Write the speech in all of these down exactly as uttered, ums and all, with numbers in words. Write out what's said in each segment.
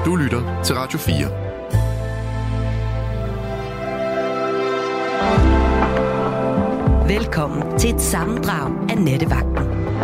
Du lytter til Radio fire. Velkommen til et sammendrag af Nattevagten.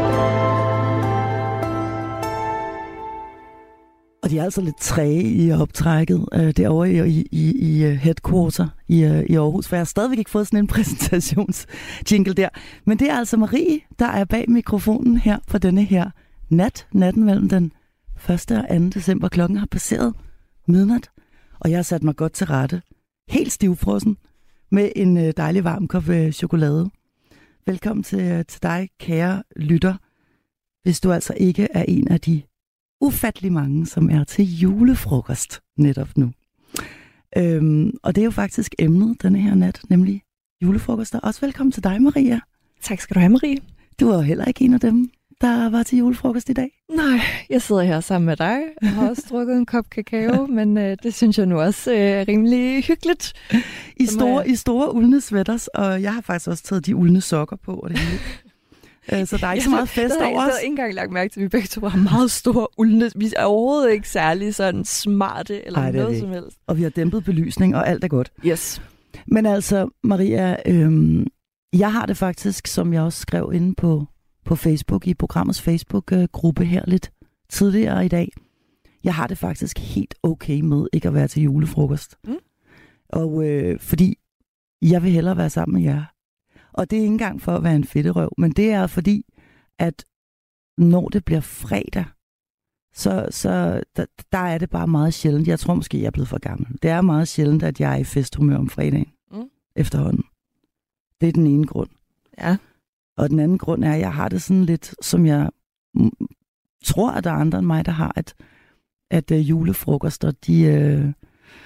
Og de er altså lidt træge i optrækket øh, derovre i, i, i, i headquarter i, øh, i Aarhus, for jeg har stadigvæk ikke fået sådan en præsentationsjingle der. Men det er altså Marie, der er bag mikrofonen her på denne her nat, natten mellem den første og anden december. Klokken har passeret midnat, og jeg har sat mig godt til rette, helt stivfrossen, med en øh, dejlig varm kop øh, chokolade. Velkommen til, øh, til dig, kære lytter, hvis du altså ikke er en af de ufattelig mange, som er til julefrokost netop nu. Øhm, og det er jo faktisk emnet denne her nat, nemlig julefrokoster. Også velkommen til dig, Maria. Tak skal du have, Marie. Du er heller ikke en af dem, der var til julefrokost i dag. Nej, jeg sidder her sammen med dig. Jeg har også drukket en kop kakao, men øh, det synes jeg nu også øh, er rimelig hyggeligt. I store, jeg... I store uldne sweaters, og jeg har faktisk også taget de uldne sokker på, og det hele. Så der er ikke så meget fest over os. Jeg havde ikke engang lagt mærke til, at vi begge to har meget store uldne. Vi er overhovedet ikke særlig sådan smarte eller Ej, noget som helst. Og vi har dæmpet belysning, og alt er godt. Yes. Men altså, Maria, øhm, jeg har det faktisk, som jeg også skrev inde på, på Facebook, i programmets Facebook-gruppe her lidt tidligere i dag. Jeg har det faktisk helt okay med ikke at være til julefrokost. Mm. Og øh, fordi jeg vil hellere være sammen med jer. Og det er ikke engang for at være en fedterøv, men det er fordi, at når det bliver fredag, så, så der, der er det bare meget sjældent. Jeg tror måske, jeg er blevet for gammel. Det er meget sjældent, at jeg er i festhumør om fredagen mm. efterhånden. Det er den ene grund. Ja. Og den anden grund er, at jeg har det sådan lidt, som jeg m- tror, at der er andre end mig, der har, at, at uh, julefrokoster, de, uh,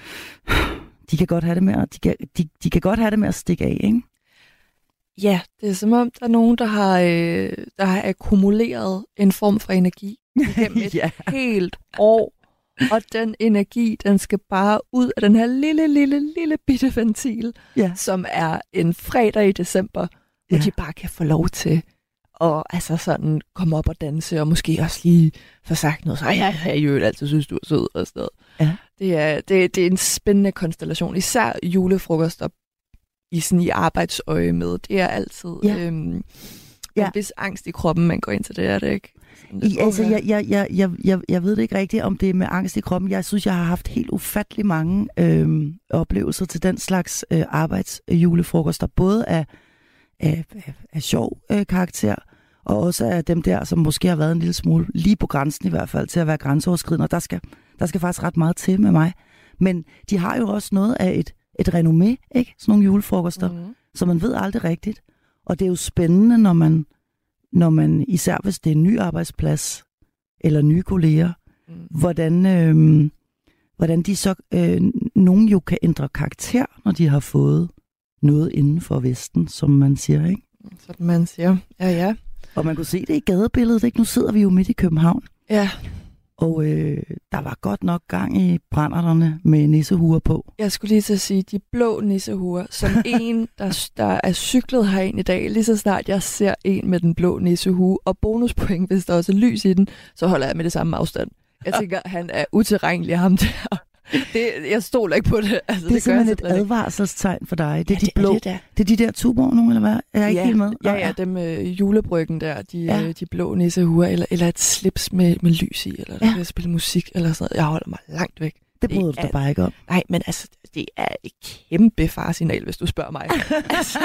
de kan godt have det med at, de kan, de, de kan godt have det med at stikke af, ikke? Ja, det er som om, der er nogen, der har, øh, der har akkumuleret en form for energi igennem et ja. helt år. Og den energi, den skal bare ud af den her lille, lille, lille bitte ventil, ja. som er en fredag i december, hvor ja. de bare kan få lov til at altså sådan, komme op og danse, og måske også lige få sagt noget. Så ja, jeg jo altid synes, du er sød og sådan noget. Ja. Det, er, det, det er en spændende konstellation. Især julefrokoster i sådan i arbejdsøje med. Det er altid ja. øhm, ja. en vis angst i kroppen, man går ind til det, er det ikke? I, altså, jeg, jeg, jeg, jeg, jeg, jeg ved det ikke rigtigt, om det er med angst i kroppen. Jeg synes, jeg har haft helt ufattelig mange øhm, oplevelser til den slags øh, arbejdsjulefrokoster, både af, af, af, af sjov øh, karakter, og også af dem der, som måske har været en lille smule, lige på grænsen i hvert fald, til at være grænseoverskridende. Og der skal, der skal faktisk ret meget til med mig. Men de har jo også noget af et et renommé, ikke? Sådan nogle julefrokoster, mm-hmm. så man ved aldrig rigtigt. Og det er jo spændende, når man, når man især hvis det er en ny arbejdsplads, eller nye kolleger, mm. hvordan, øh, hvordan de så, øh, nogen jo kan ændre karakter, når de har fået noget inden for Vesten, som man siger, ikke? Sådan man siger, ja, ja. Og man kunne se det i gadebilledet, ikke? Nu sidder vi jo midt i København. Ja. Og øh, der var godt nok gang i brænderterne med nissehuer på. Jeg skulle lige til at sige, de blå nissehuer, som en, der, der er cyklet herind i dag, lige så snart jeg ser en med den blå nissehue, og bonuspoint, hvis der også er lys i den, så holder jeg med det samme afstand. Jeg tænker, han er utilregnelig, ham der. Det, jeg stoler ikke på det. Altså, det er det simpelthen et advarselstegn for dig. Det er ja, de det, blå. Det, det, det er de der tuborg nu, eller hvad? Er jeg ikke ja, helt med? Ja, ja, dem øh, julebryggen der, de, ja. øh, de blå nissehuer, eller, eller et slips med, med lys i, eller der ja. kan spille musik, eller sådan noget. Jeg holder mig langt væk. Det bryder du da bare ikke om. Nej, men altså, det er et kæmpe faresignal, hvis du spørger mig. altså,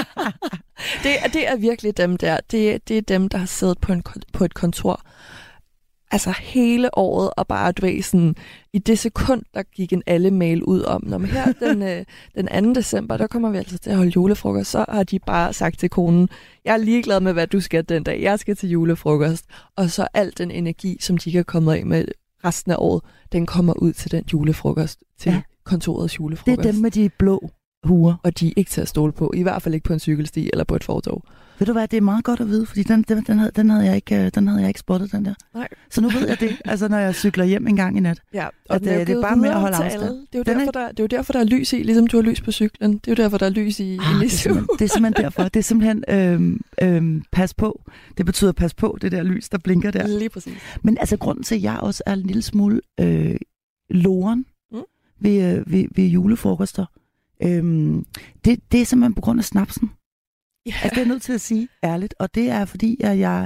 det, det er virkelig dem der. Det, det er dem, der har siddet på, en, på et kontor, altså hele året, og bare, du ved, sådan, i det sekund, der gik en alle mail ud om, når man her den, øh, den anden december, der kommer vi altså til at holde julefrokost, så har de bare sagt til konen, jeg er ligeglad med, hvad du skal den dag, jeg skal til julefrokost, og så al den energi, som de kan komme af med resten af året, den kommer ud til den julefrokost, til ja. kontorets julefrokost. Det er dem med de blå huer. Og de er ikke til at stole på, i hvert fald ikke på en cykelsti eller på et fortov. Ved du hvad, det er meget godt at vide, fordi den, den, den, havde, den, havde, jeg ikke, den havde jeg ikke spottet, den der. Nej. Så nu ved jeg det, altså når jeg cykler hjem en gang i nat. Ja, og at, det, det er bare med at holde afstand. Det er, jo derfor, der, det er jo derfor, der er lys i, ligesom du har lys på cyklen. Det er jo derfor, der er lys i, ah, i det, er simpelthen, det er simpelthen derfor. Det er simpelthen øhm, øhm, pas på. Det betyder pas på, det der lys, der blinker der. Lige præcis. Men altså grunden til, at jeg også er en lille smule øh, loren mm. ved, ved, ved julefrokoster. Øhm, det, det er simpelthen på grund af snapsen. Yeah. Altså, det er jeg nødt til at sige ærligt. Og det er fordi, at jeg,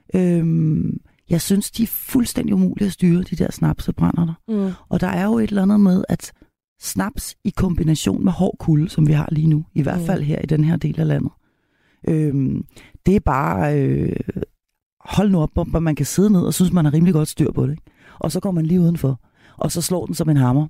øhm, jeg synes, de er fuldstændig umulige at styre, de der snapsebrænder der. Mm. Og der er jo et eller andet med, at snaps i kombination med hård kulde, som vi har lige nu, i hvert fald her i den her del af landet, øhm, det er bare... Øh, hold nu op, hvor man kan sidde ned og synes, man har rimelig godt styr på det. Ikke? Og så går man lige udenfor, og så slår den som en hammer.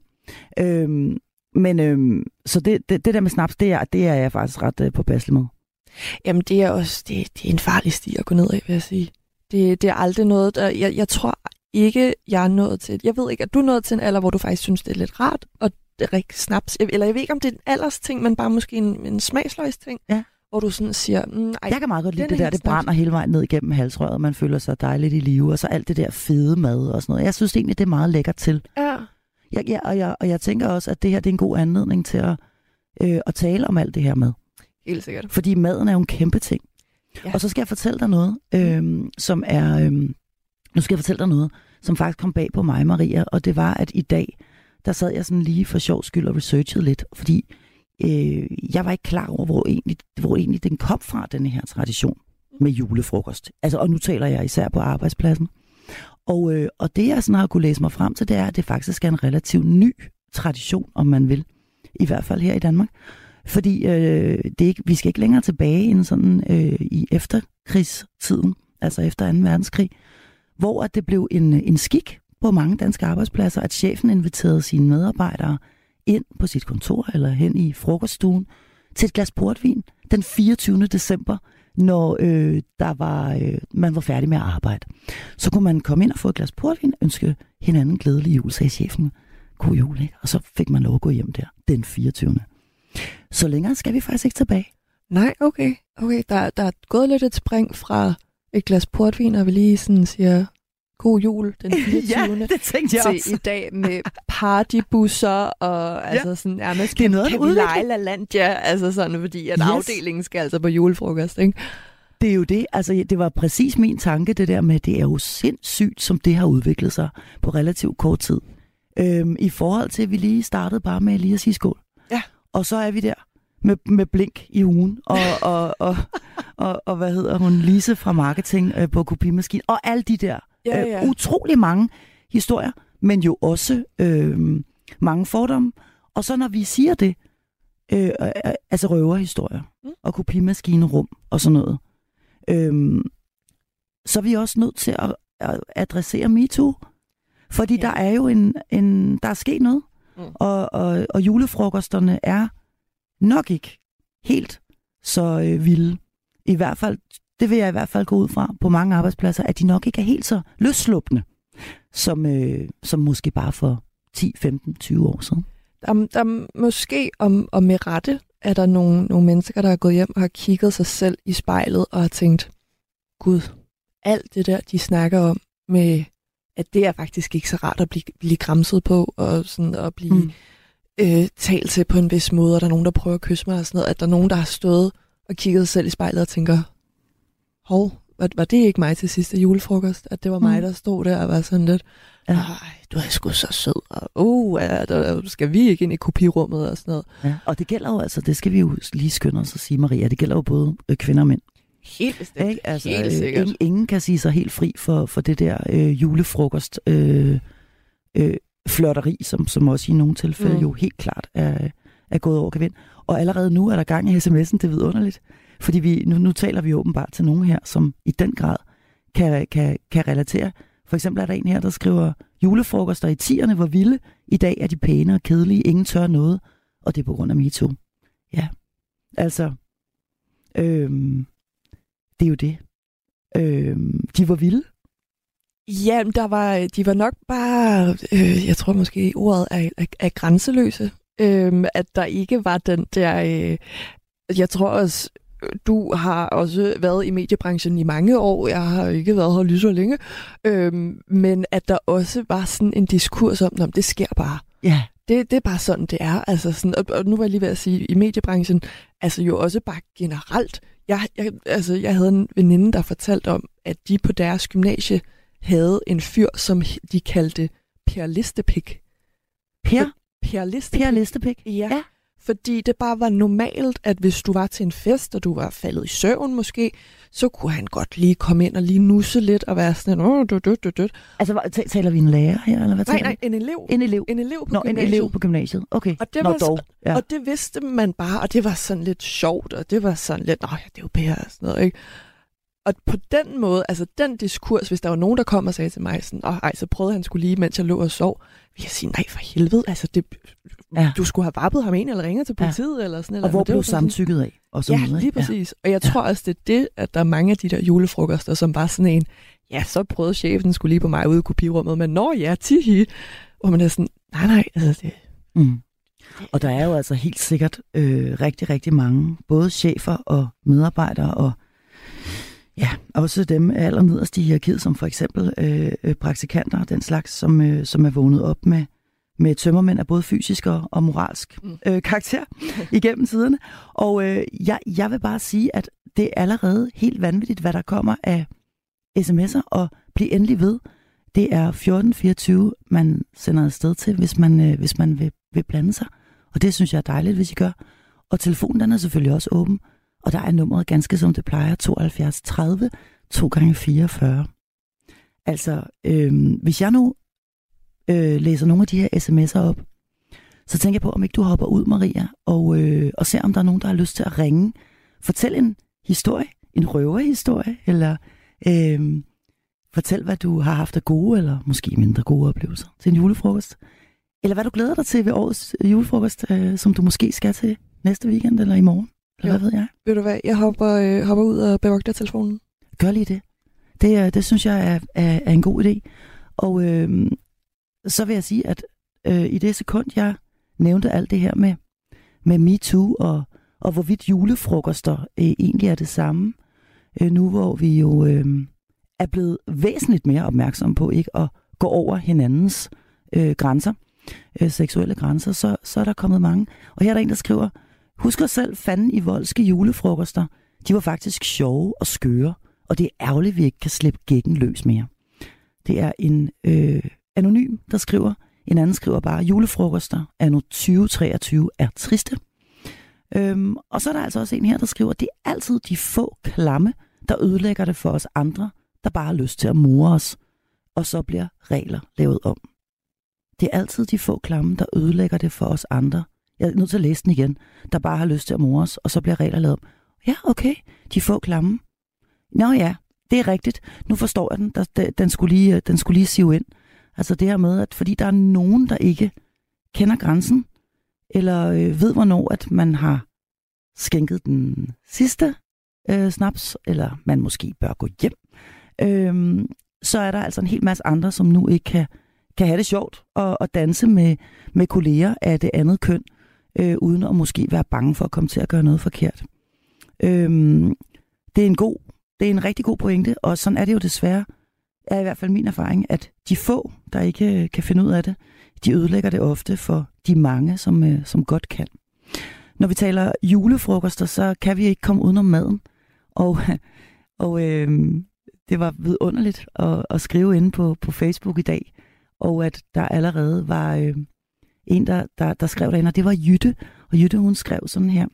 Øhm, men øhm, så det, det, det der med snaps, det er, det er jeg faktisk ret øh, påpasselig med. Jamen det er også det, det er en farlig sti at gå ned af, vil jeg sige. Det, det er aldrig noget, der, jeg, jeg tror ikke, jeg er nået til. Jeg ved ikke, at du er nået til en alder, hvor du faktisk synes, det er lidt rart, og drikke snaps. Eller jeg ved ikke, om det er en alders ting, men bare måske en, en smagsløs ting. Ja. Hvor du sådan siger... Mm, ej, jeg kan meget godt lide det der, det brænder hele vejen ned igennem halsrøret, man føler sig dejligt i live, og så alt det der fede mad og sådan noget. Jeg synes egentlig, det er meget lækkert til. Ja. Jeg, ja og, jeg, og jeg tænker også, at det her det er en god anledning til at, øh, at tale om alt det her mad. Helt sikkert. Fordi maden er jo en kæmpe ting. Ja. Og så skal jeg fortælle dig noget, øh, som er... Øh, nu skal jeg fortælle dig noget, som faktisk kom bag på mig, Maria, og det var, at i dag, der sad jeg sådan lige for sjov skyld og researchede lidt, fordi Øh, jeg var ikke klar over, hvor egentlig, hvor egentlig den kom fra, denne her tradition med julefrokost. Altså, og nu taler jeg især på arbejdspladsen. Og, øh, og det, jeg sådan har kunne læse mig frem til, det er, at det faktisk er en relativt ny tradition, om man vil. I hvert fald her i Danmark. Fordi øh, det er ikke, vi skal ikke længere tilbage end sådan øh, i efterkrigstiden, altså efter anden verdenskrig, hvor at det blev en, en skik på mange danske arbejdspladser, at chefen inviterede sine medarbejdere ind på sit kontor eller hen i frokoststuen til et glas portvin den fireogtyvende december, når øh, der var, øh, man var færdig med at arbejde. Så kunne man komme ind og få et glas portvin, ønske hinanden glædelig jul, sagde chefen. God jul, ikke? Og så fik man lov at gå hjem der den fireogtyvende Så længere skal vi faktisk ikke tilbage. Nej, okay. okay. Der, der er gået lidt et spring fra et glas portvin, og vi lige sådan siger... God jul den fireogtyvende Ja, det tænkte jeg til også. i dag med partybusser og ja. altså sådan nærmest det er noget, kan vi lege LaLandia, altså sådan, fordi at yes. afdelingen skal altså på julefrokost, ikke? Det er jo det, altså det var præcis min tanke, det der med, det er jo sindssygt, som det har udviklet sig på relativt kort tid. Øhm, I forhold til, at vi lige startede bare med lige at sige skål. Ja. Og så er vi der med, med blink i ugen, og, og, og, og, og hvad hedder hun, Lise fra marketing øh, på kopimaskinen, og alle de der Ja, ja. Øh, utrolig mange historier, men jo også øh, mange fordomme. Og så når vi siger det, øh, øh, altså røverhistorier mm. og kopimaskinerum og sådan noget, øh, så er vi også nødt til at, at adressere MeToo. Fordi ja. der er jo en, en, der er sket noget, mm. og, og, og julefrokosterne er nok ikke helt så øh, vilde. I hvert fald Det vil jeg i hvert fald gå ud fra på mange arbejdspladser, at de nok ikke er helt så løsslupne, som, øh, som måske bare for ti, femten, tyve år siden. Der, der måske, om, og med rette, er der nogle, nogle mennesker, der er gået hjem og har kigget sig selv i spejlet og har tænkt, Gud, alt det der, de snakker om, med at det er faktisk ikke så rart at blive, blive gramset på, og sådan at blive mm. øh, talt til på en vis måde, og der er nogen, der prøver at kysse mig og sådan noget, at der er nogen, der har stået og kigget sig selv i spejlet og tænker, hov, var, var det ikke mig til sidste julefrokost? At det var mig, der stod der og var sådan lidt, ej, du er sgu så sød, og uh, ja, der, skal vi ikke ind i kopirummet og sådan noget. Ja, og det gælder jo altså, det skal vi jo lige skynde os at sige, Maria, det gælder jo både kvinder og mænd. Helt bestemt, ikke? Altså, helt sikkert. Ingen, ingen kan sige sig helt fri for, for det der øh, julefrokost øh, øh, flirteri, som, som også i nogle tilfælde mm. jo helt klart er, er gået over gevind. Og allerede nu er der gang i sms'en, det er vidunderligt. Fordi vi, nu, nu taler vi åbenbart til nogen her, som i den grad kan, kan, kan relatere. For eksempel er der en her, der skriver, julefrokoster i tierne var vilde. I dag er de pæne og kedelige. Ingen tør noget. Og det er på grund af MeToo. Ja, altså, øhm, det er jo det. Øhm, de var vilde. Ja, der var, de var nok bare, øh, jeg tror måske ordet er, er, er grænseløse. Øh, at der ikke var den der, øh, jeg tror også, du har også været i mediebranchen i mange år. Jeg har ikke været her lige så længe. Øhm, men at der også var sådan en diskurs om, at det sker bare. Ja. Det, det er bare sådan, det er. Altså sådan, og, og nu var jeg lige ved at sige, i mediebranchen, altså jo også bare generelt. Jeg, jeg, altså, jeg havde en veninde, der fortalte om, at de på deres gymnasie havde en fyr, som de kaldte Per Listepik. Per? Per Listepik. Per Listepik? Ja. ja. Fordi det bare var normalt, at hvis du var til en fest, og du var faldet i søvn måske, så kunne han godt lige komme ind og lige nusse lidt og være sådan, åh, død, død, død, død. Altså, taler vi en lærer her, eller hvad Nej, taler nej, en elev. En elev? En elev på Nå, gymnasiet. en elev på gymnasiet, okay. Og det, Nå, var, dog. Ja. og det vidste man bare, og det var sådan lidt sjovt, og det var sådan lidt, nå ja, det er jo Per og sådan noget, ikke? Og på den måde, altså den diskurs, hvis der var nogen, der kom og sagde til mig sådan, åh, ej, så prøvede han skulle lige, mens jeg lå og sov, vil jeg sige, nej, for helvede, altså det, ja. du skulle have vappet ham ind, eller ringet til politiet, ja. eller sådan noget. Og hvor blev samtykket af? Og så ja, videre, lige præcis. Ja. Og jeg tror også, det er det, at der er mange af de der julefrokoster, som bare sådan en, ja, så prøvede chefen skulle lige på mig ude i kopirummet, men nå ja, tihi, hvor man er sådan, nej, nej, altså det... Mm. Og der er jo altså helt sikkert øh, rigtig, rigtig mange, både chefer og medarbejdere, og ja, også dem allernederst i hierarkiet, som for eksempel øh, praktikanter og den slags, som, øh, som er vågnet op med, med tømmermænd af både fysisk og, og moralsk øh, karakter igennem tiderne. Og øh, jeg, jeg vil bare sige, at det er allerede helt vanvittigt, hvad der kommer af sms'er, og bliv endelig ved. Det er fjorten fireogtyve, man sender afsted til, hvis man, øh, hvis man vil, vil blande sig. Og det synes jeg er dejligt, hvis I gør. Og telefonen, den er selvfølgelig også åben. Og der er nummeret ganske som det plejer, tooghalvfjerds tredive to gange fireogfyrre. Altså, øh, hvis jeg nu øh, læser nogle af de her sms'er op, så tænker jeg på, om ikke du hopper ud, Maria, og, øh, og ser, om der er nogen, der har lyst til at ringe. Fortæl en historie, en røverhistorie, eller øh, fortæl, hvad du har haft af gode, eller måske mindre gode oplevelser til en julefrokost. Eller hvad du glæder dig til ved årets julefrokost, øh, som du måske skal til næste weekend eller i morgen. Eller hvad ved jeg? Ved du hvad, jeg hopper, øh, hopper ud og bevogter telefonen. Gør lige det. Det, det synes jeg er, er, er en god idé. Og øh, så vil jeg sige, at øh, i det sekund, jeg nævnte alt det her med, med MeToo, og, og hvorvidt julefrokoster øh, egentlig er det samme, øh, nu hvor vi jo øh, er blevet væsentligt mere opmærksomme på ikke at gå over hinandens øh, grænser, øh, seksuelle grænser, så, så er der kommet mange. Og her er der en, der skriver, husker selv fanden i voldske julefrokoster. De var faktisk sjove og skøre, og det er ærgerligt, at vi ikke kan slippe gækken løs mere. Det er en øh, anonym, der skriver. En anden skriver bare, julefrokoster anno tyve treogtyve er triste. Øhm, og så er der altså også en her, der skriver, det er altid de få klamme, der ødelægger det for os andre, der bare har lyst til at more os. Og så bliver regler lavet om. Det er altid de få klamme, der ødelægger det for os andre. Jeg er nødt til at læse den igen, der bare har lyst til at more os, og så bliver regler lavet om. Ja, okay, de få klamme. Nå ja, det er rigtigt. Nu forstår jeg den. Der, den, skulle lige, den skulle lige sive ind. Altså det her med, at fordi der er nogen, der ikke kender grænsen, eller øh, ved, hvornår at man har skænket den sidste øh, snaps, eller man måske bør gå hjem, øh, så er der altså en hel masse andre, som nu ikke kan, kan have det sjovt og, og danse med, med kolleger af det andet køn, øh, uden at måske være bange for at komme til at gøre noget forkert. Øh, det er en god, det er en rigtig god pointe, og sådan er det jo desværre, er i hvert fald min erfaring, at de få, der ikke kan finde ud af det, de ødelægger det ofte for de mange, som, øh, som godt kan. Når vi taler julefrokoster, så kan vi ikke komme udenom maden. Og, og øh, det var vidunderligt at, at skrive inde på, på Facebook i dag, og at der allerede var øh, en, der, der, der skrev derinde, og det var Jytte. Og Jytte, hun skrev sådan her.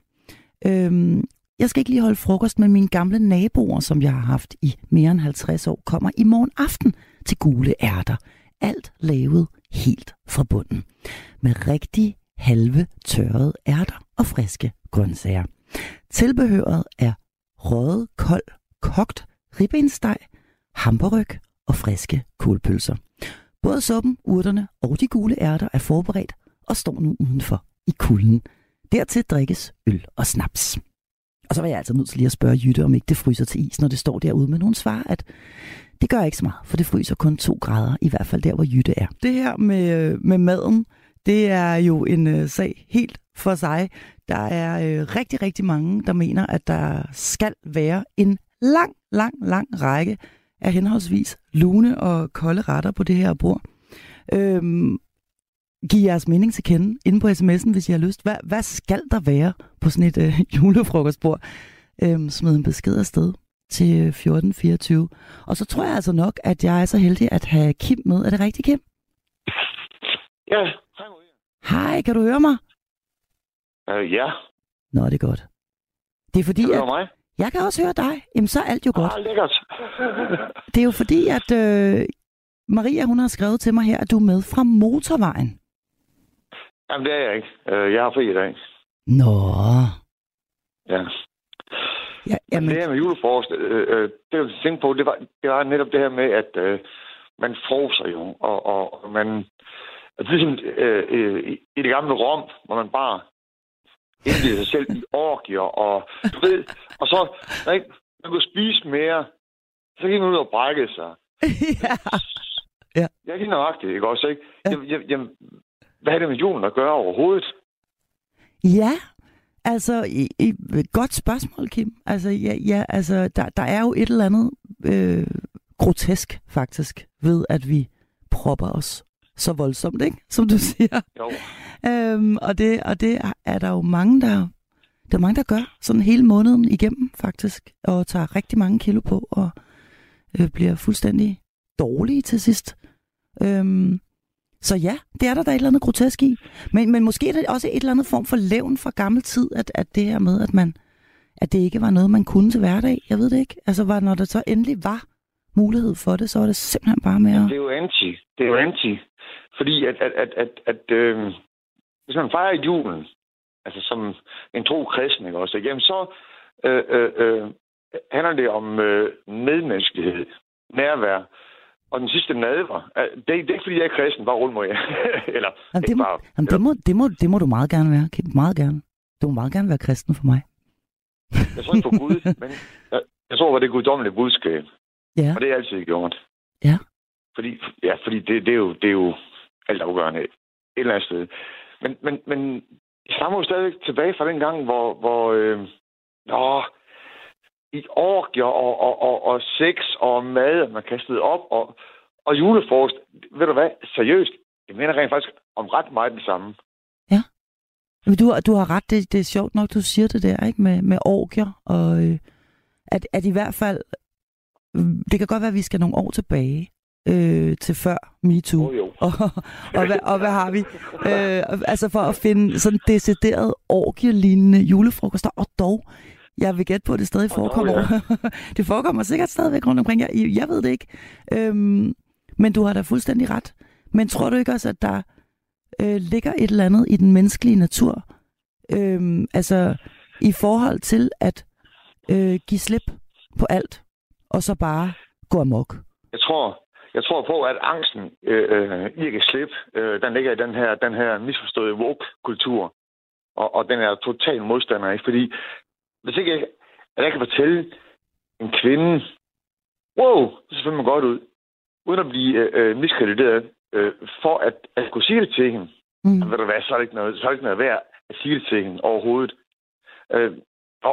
Øh, Jeg skal ikke lige holde frokost, men mine gamle naboer, som jeg har haft i mere end halvtreds år, kommer i morgen aften til gule ærter. Alt lavet helt fra bunden. Med rigtig halve tørrede ærter og friske grøntsager. Tilbehøret er røget, kold, kogt ribbensteg, hamburryg og friske kålpølser. Både suppen, urterne og de gule ærter er forberedt og står nu udenfor i kulden. Dertil drikkes øl og snaps. Og så var jeg altså nødt til lige at spørge Jytte, om ikke det fryser til is, når det står derude. Men hun svarer, at det gør ikke så meget, for det fryser kun to grader, i hvert fald der, hvor Jytte er. Det her med, med maden, det er jo en uh, sag helt for sig. Der er uh, rigtig, rigtig mange, der mener, at der skal være en lang, lang, lang række af henholdsvis lune og kolde retter på det her bord. Øhm, Giv jeres mening til kende inde på sms'en, hvis I har lyst. Hvad, hvad skal der være på sådan et øh, julefrokostbord? Øhm, smid en besked afsted til fjorten fireogtyve. Og så tror jeg altså nok, at jeg er så heldig at have Kim med. Er det rigtigt, Kim? Ja, hej Maria. goddag. Kan du høre mig? Uh, ja. Nå, det er godt. Det er fordi, kan du at... høre mig? Jeg kan også høre dig. Jamen, så er alt jo godt. Ah, lækkert. Det er jo fordi, at øh, Maria, hun har skrevet til mig her, at du er med fra motorvejen. Jamen, det er jeg ikke. Uh, jeg har fri i dag. Nå. Ja. Ja, jamen... Det her med julefrokost, øh, øh, det jeg tænkte på, det var, det var netop det her med, at øh, man froser jo, og, og, og man... Det er ligesom øh, øh, i det gamle Rom, hvor man bare indleder sig selv i orgier, og du ved, og så, når ikke, man kunne spise mere, så gik man ud og brække sig. ja. ja. Jeg er ikke nøjagtigt, ikke også, ikke? Ja. Jeg, jeg, jeg, hvad er det med julen at gøre overhovedet? Ja, altså, i, i, godt spørgsmål, Kim. Altså, ja, ja, altså der, der er jo et eller andet øh, grotesk, faktisk, ved at vi propper os så voldsomt, ikke? Som du siger. Jo. Øhm, og, det, og det er der jo mange, der, der, er mange, der gør sådan hele måneden igennem, faktisk. Og tager rigtig mange kilo på, og øh, bliver fuldstændig dårlige til sidst. Øhm, så ja, det er der, der er et eller andet grotesk i. Men, men måske er det også et eller andet form for levn fra gammel tid, at, at det her med, at, man, at det ikke var noget, man kunne til hverdag. Jeg ved det ikke. Altså, var, når der så endelig var mulighed for det, så var det simpelthen bare mere... Det er jo anti. Det er jo anti. Fordi at, at, at, at, at øh, hvis man fejrer julen, altså som en tro kristen, ikke også, jamen så øh, øh, øh, handler det om øh, medmenneskelighed, nærvær. Og den sidste nadver, det, det er ikke fordi, jeg er kristen, bare rundt må jeg. Eller, jamen, det, må, bare, jamen, det, må, det, må, det må du meget gerne være, Kim. Meget gerne. Du må meget gerne være kristen for mig. Jeg tror ikke på Gud, men jeg, jeg tror, at det er guddommeligt budskab. Ja. Og det er altid gjort. Ja. Fordi, ja, fordi det, det, er jo, det er jo alt afgørende et eller andet sted. Men, men, men jeg stammer jo stadig tilbage fra den gang, hvor, hvor øh, åh, i orgier og, og, og, og sex og mad, man kastede op, og, og julefrokost, ved du hvad, seriøst, jeg mener rent faktisk om ret meget det samme. Ja, men du, du har ret, det, det er sjovt nok, du siger det der, ikke, med, med orgier, og øh, at, at i hvert fald, det kan godt være, at vi skal nogle år tilbage, øh, til før MeToo, oh, og, og, hvad, og hvad har vi? Øh, altså for at finde sådan decideret orgielignende julefrokoster, og dog, jeg vil gætte på, at det stadig forekommer. Oh, ja. Det forekommer sikkert stadigvæk rundt omkring. Jeg, jeg ved det ikke. Øhm, men du har da fuldstændig ret. Men tror du ikke også, at der øh, ligger et eller andet i den menneskelige natur? Øhm, altså i forhold til at øh, give slip på alt, og så bare gå amok? Jeg tror, jeg tror på, at angsten øh, øh, i at give slip, øh, den ligger i den her, den her misforståede woke-kultur. Og, og den er total modstander, ikke? Fordi hvis ikke jeg, at jeg kan fortælle en kvinde, wow, det ser fandme godt ud, uden at blive øh, miskrediteret, øh, for at, at kunne sige det til hende. Mm. Ved du hvad, så er det ikke noget, så er det ikke noget værd at sige det til hende overhovedet. Øh, og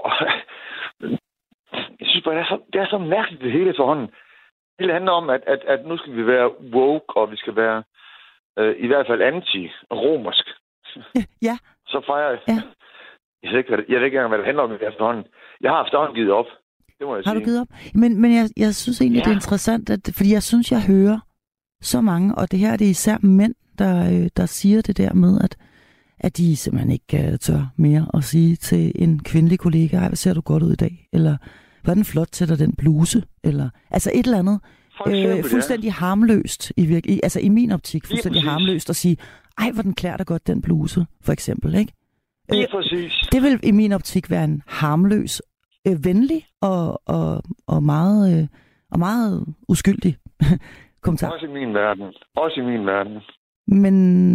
jeg synes bare, det er, så, det er så mærkeligt det hele efterhånden. Det hele handler om, at, at, at nu skal vi være woke, og vi skal være øh, i hvert fald anti-romersk. Ja. Så fejrer jeg. Ja. Jeg ved ikke, jeg ved ikke engang, hvad det handler om i efterhånden. Jeg har efterhånden givet op. Det må jeg har sige. du givet op? Men, men jeg, jeg synes egentlig, ja. Det er interessant, at, fordi jeg synes, jeg hører så mange, og det her er det især mænd, der, der siger det der med, at, at de simpelthen ikke uh, tør mere at sige til en kvindelig kollega, ej, hvad ser du godt ud i dag? Eller, hvor er den flot til dig, den bluse? Eller, altså et eller andet eksempel, øh, fuldstændig ja. harmløst, i, virke, i, altså i min optik, fuldstændig harmløst at sige, ej, hvor den klæder dig godt, den bluse, for eksempel, ikke? Lige præcis. Det vil i min optik være en harmløs, øh, venlig og, og, og, meget, øh, og meget uskyldig kommentar. Også i min verden. Også i min verden. Men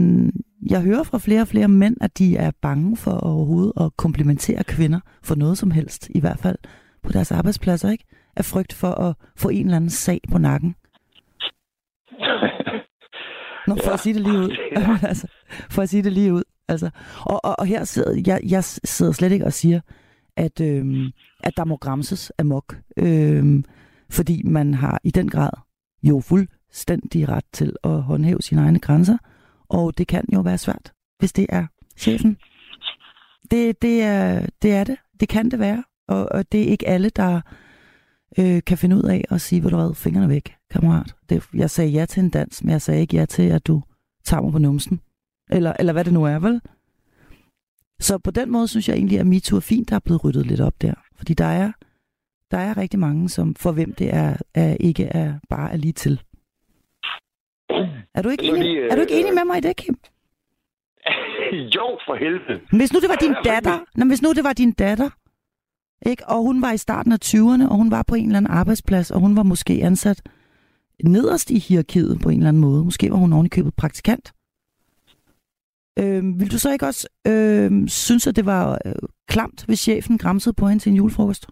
jeg hører fra flere og flere mænd, at de er bange for overhovedet at komplimentere kvinder for noget som helst, i hvert fald på deres arbejdspladser, ikke? Af frygt for at få en eller anden sag på nakken. Nå, for ja. at sige det lige ud. Ja. altså, for at sige det lige ud. Altså, og, og, og her sidder jeg, jeg sidder slet ikke og siger, at, øhm, at der må gramses amok. Øhm, fordi man har i den grad jo fuldstændig ret til at håndhæve sine egne grænser. Og det kan jo være svært, hvis det er chefen. Det, det, er, det er det. Det kan det være. Og, og det er ikke alle, der øh, kan finde ud af at sige, hvor du har fingrene væk, kammerat. Det, jeg sagde ja til en dans, men jeg sagde ikke ja til, at du tager mig på numsen. eller, eller hvad det nu er, vel? Så på den måde synes jeg egentlig, at MeToo er fint, der er blevet ryddet lidt op der. Fordi der er, der er rigtig mange, som for hvem det er, er ikke er bare er lige til. Er du ikke, enig, lige, er du ikke enig med mig i det, Kim? Jo, for helvede. Hvis nu det var din datter, Nå, hvis nu det var din datter, ikke? Og hun var i starten af tyverne, og hun var på en eller anden arbejdsplads, og hun var måske ansat nederst i hierarkiet på en eller anden måde. Måske var hun ovenikøbet praktikant. Øh, vil du så ikke også øh, synes, at det var øh, klamt, hvis chefen gramsede på hende til en julefrokost?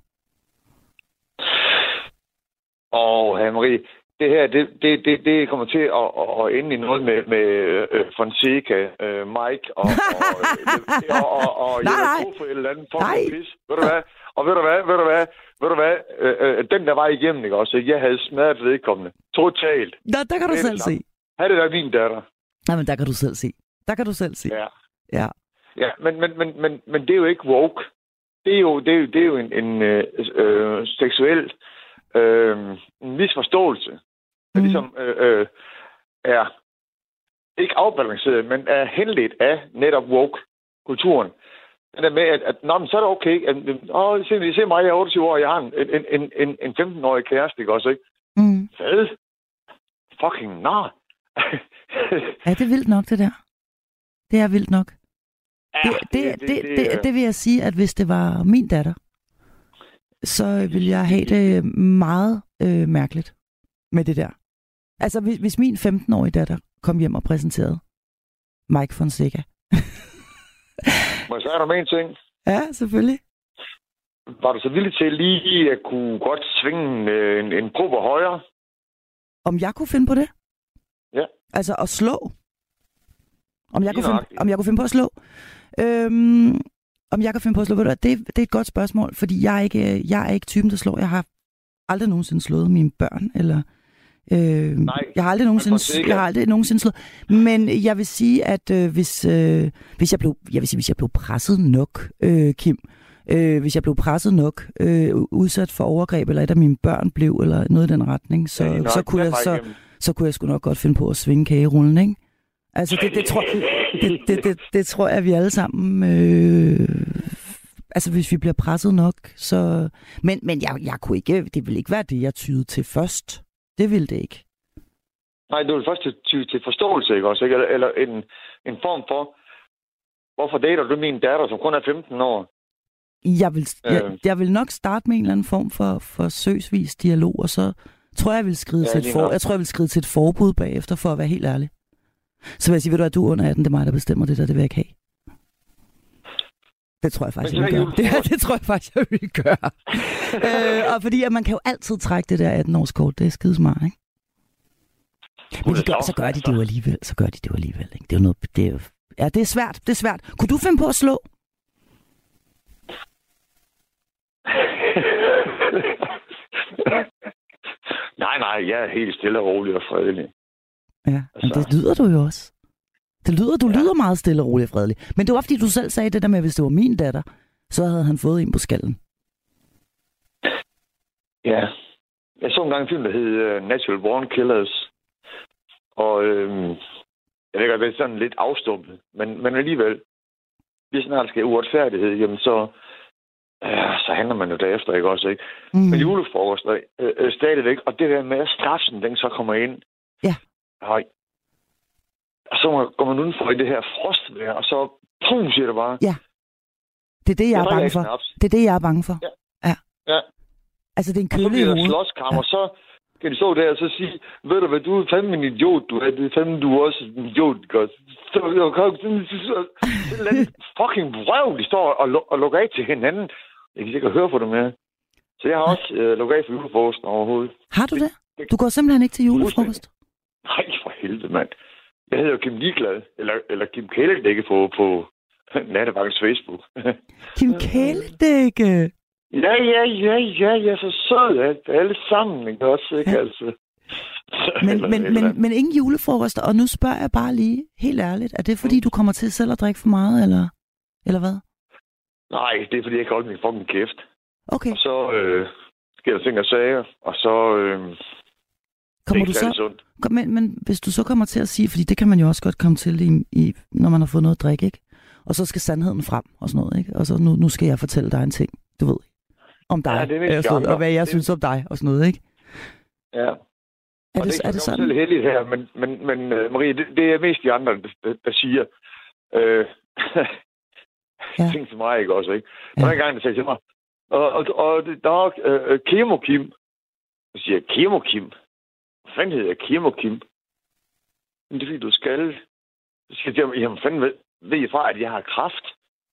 Åh, oh, Marie, det her, det, det, det, det kommer til at, at ende i noget med, med uh, Fonseca, uh, Mike og og og og, og jeg for et eller andet fucking pis. Ved du hvad? Og ved du hvad? Ved du hvad? Ved du hvad? Uh, uh, den der var igennem, ikke også? Jeg havde smadret vedkommende. Totalt. Nå, der kan du selv se. Havde det der min datter. Nej, men der kan du selv se. Der kan du selv se. Ja. Ja. Ja, men, men, men, men, men det er jo ikke woke. Det er jo, det er jo, det er jo en, en øh, øh, seksuel øh, en misforståelse, der mm. ligesom øh, øh, er ikke afbalanceret, men er henledt af netop woke-kulturen. Den der med, at, at nå, men så er det okay. At, åh, se, se mig, jeg er otteogtyve år, og jeg har en, en, en, en, en femten-årig kæreste, ikke også, ikke? Mm. Hvad? Fucking nej. Er det vildt nok, det der? Det er vildt nok. Ja, det, det, det, det, det, det, det vil jeg sige, at hvis det var min datter, så ville jeg have det meget øh, mærkeligt med det der. Altså, hvis, hvis min femten-årige datter kom hjem og præsenterede Mike Fonseca. Må jeg sige dig med en ting? Ja, selvfølgelig. Var du så villig til lige at kunne godt svinge en, en prober højere? Om jeg kunne finde på det? Ja. Altså at slå? Om jeg, kunne finde, om jeg kunne finde på at slå? Øhm, om jeg kan finde på at slå? Ved du, det, det er et godt spørgsmål, fordi jeg er, ikke, jeg er ikke typen, der slår. Jeg har aldrig nogensinde slået mine børn, eller... Øh, Nej, jeg har aldrig nogensinde, jeg har aldrig nogensinde slået. Men jeg vil sige, at øh, hvis, øh, hvis, jeg blev, jeg vil sige, hvis jeg blev presset nok, øh, Kim, øh, hvis jeg blev presset nok, øh, udsat for overgreb, eller et af mine børn blev, eller noget i den retning, så, ja, så, kunne, jeg, så, så kunne jeg sgu nok godt finde på at svinge kagerullen, ikke? Altså, det, det, tror, det, det, det, det tror jeg, vi alle sammen... Øh, altså, hvis vi bliver presset nok, så... Men, men jeg, jeg kunne ikke... Det ville ikke være det, jeg tyede til først. Det ville det ikke. Nej, det ville først tyde til forståelse, ikke også? Ikke? Eller, eller en, en form for... Hvorfor dater du min datter, som kun er femten år? Jeg vil, øh. jeg, jeg vil nok starte med en eller anden form for, for søgsvis dialog, og så tror jeg, jeg vil skride ja, til et for, jeg tror, jeg vil skride til et forbud bagefter, for at være helt ærlig. Så vil jeg sige, ved du, at du er under atten, det er mig, der bestemmer det der, det vil jeg ikke have. Det tror jeg faktisk, jeg vil gøre. Det, det tror jeg faktisk, jeg vil gøre. øh, og fordi at man kan jo altid trække det der atten-årskort, det er skidesmart, ikke? Men de gør, så gør de det jo alligevel, så gør de det jo alligevel, ikke? Det er jo noget, det er jo, ja, det er svært, det er svært. Kunne du finde på at slå? nej, nej, jeg er helt stille og rolig og fredelig. Ja, altså. Men det lyder du jo også. Det lyder, du ja. lyder meget stille og rolig og fredelig. Men det var fordi, du selv sagde det der med, at hvis det var min datter, så havde han fået en på skallen. Ja. Jeg så en gang en film, der hed uh, Natural Born Killers. Og øhm, jeg ved ikke, det er sådan lidt afstumpet. Men, men alligevel, hvis snart skal uretfærdighed, jamen så, øh, så handler man jo derefter, ikke også, ikke? Mm. Men julefrokoster øh, øh, stadigvæk. Og det der med, at straffen, den så kommer ind. Ja. Høj. Og så går man udenfor i det her frostvejr, og så pum, siger det bare. Ja. Det er det, jeg, jeg er bange for. Snaps. Det er det, jeg er bange for. Ja. Ja. ja. Altså, det er en køle i hovedet. Og så bliver der slåskammer, ja. Så kan de stå der og så sige, ved du hvad, du er fandme en idiot, du er. Det er fandme, du er også en idiot, ikke også? Så sådan fucking vrøv, de står og, og lukker af til hinanden. Jeg kan sikkert høre på det mere. Så jeg har også øh, lukket af for julefrokosten overhovedet. Har du det? Du går simpelthen ikke til julefrokost? Nej, for helvede, mand. Jeg hedder Kim Ligeglad, eller, eller Kim Kæledække på, på Nattevagtens Facebook. Kim Kæledække? Ja, ja, ja, ja, jeg er så sød, at alle sammen, ikke også, ikke, ja. Altså. Men, eller, men, eller. men, men ingen julefrokoster, og nu spørger jeg bare lige, helt ærligt, er det fordi, du kommer til selv at drikke for meget, eller, eller hvad? Nej, det er fordi, jeg kan holde min fucking kæft. Okay. Og så øh, sker der ting og sager, og så... Øh, kommer du så, men, men hvis du så kommer til at sige, fordi det kan man jo også godt komme til, i, i, når man har fået noget at drikke, ikke? Og så skal sandheden frem og sådan noget, ikke? Og så nu, nu skal jeg fortælle dig en ting, du ved, om dig, ja, det er og hvad jeg det... synes om dig og sådan noget, ikke? Ja. Er det, det, er det sådan? Det er heldigt her, men, men, men uh, Marie, det, det er mest de andre, der, der siger øh, ja. ting til mig, ikke også, ikke? Ja. Der er en gang, der sagde til mig, og, og, og der er uh, Kemo Kim. Jeg siger, Kemo Kim? Hvad fanden hedder Kemo Kim? Men det er fordi, du skal. Så siger jeg til ham, jamen fanden ved, ved jeg fra, at jeg har kræft?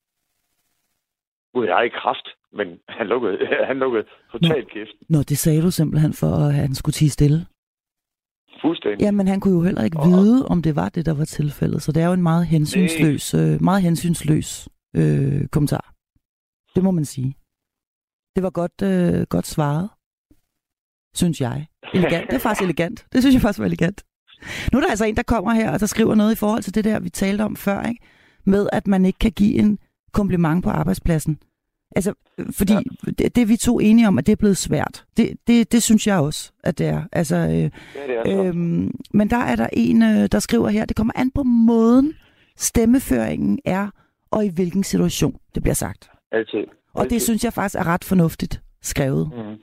Gud, jeg har ikke kræft, men han lukkede, han lukkede totalt kæft. Nå, det sagde du simpelthen for, at han skulle tie stille? Fuldstændig. Ja, men han kunne jo heller ikke og... vide, om det var det, der var tilfældet. Så det er jo en meget hensynsløs, øh, meget hensynsløs øh, kommentar. Det må man sige. Det var godt, øh, godt svaret, synes jeg. Elegant. Det er faktisk elegant. Det synes jeg faktisk var elegant. Nu er der altså en, der kommer her, og der skriver noget i forhold til det der, vi talte om før, ikke? Med, at man ikke kan give en kompliment på arbejdspladsen. Altså, fordi ja. det, det er vi to enige om, at det er blevet svært. Det, det, det synes jeg også, at det er. Altså, øh, ja, det er øhm, men der er der en, øh, der skriver her, det kommer an på måden, stemmeføringen er, og i hvilken situation det bliver sagt. Altid. Altid. Og det synes jeg faktisk er ret fornuftigt skrevet. Mm.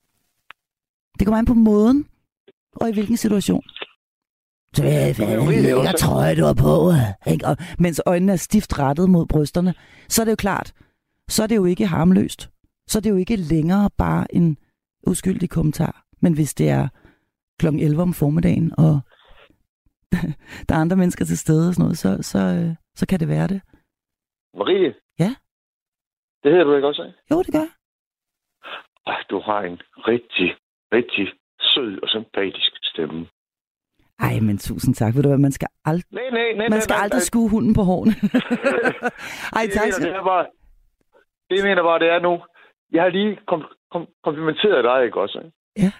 Det kommer an på måden, og i hvilken situation. Så jeg, jeg trøje, du er på. Ikke? Og, mens øjnene er stift rettet mod brysterne, så er det jo klart, så er det jo ikke harmløst. Så er det jo ikke længere bare en uskyldig kommentar. Men hvis det er klokken elleve om formiddagen, og der er andre mennesker til stede og sådan noget, så, så, så kan det være det. Marie? Ja? Det hedder du ikke også, ikke? Jo, det gør. Ej, du har en rigtig, rigtig sød og sympatisk stemme. Ej, men tusind tak. Ved du hvad, man skal aldrig, nej, nej, nej, man skal nej, aldrig nej. skue hunden på hårene. Ej, tak. Det, mener, det, er bare, det jeg mener bare, det er nu. Jeg har lige kom, kom, komplimenteret dig, ikke også? Ikke? Ja.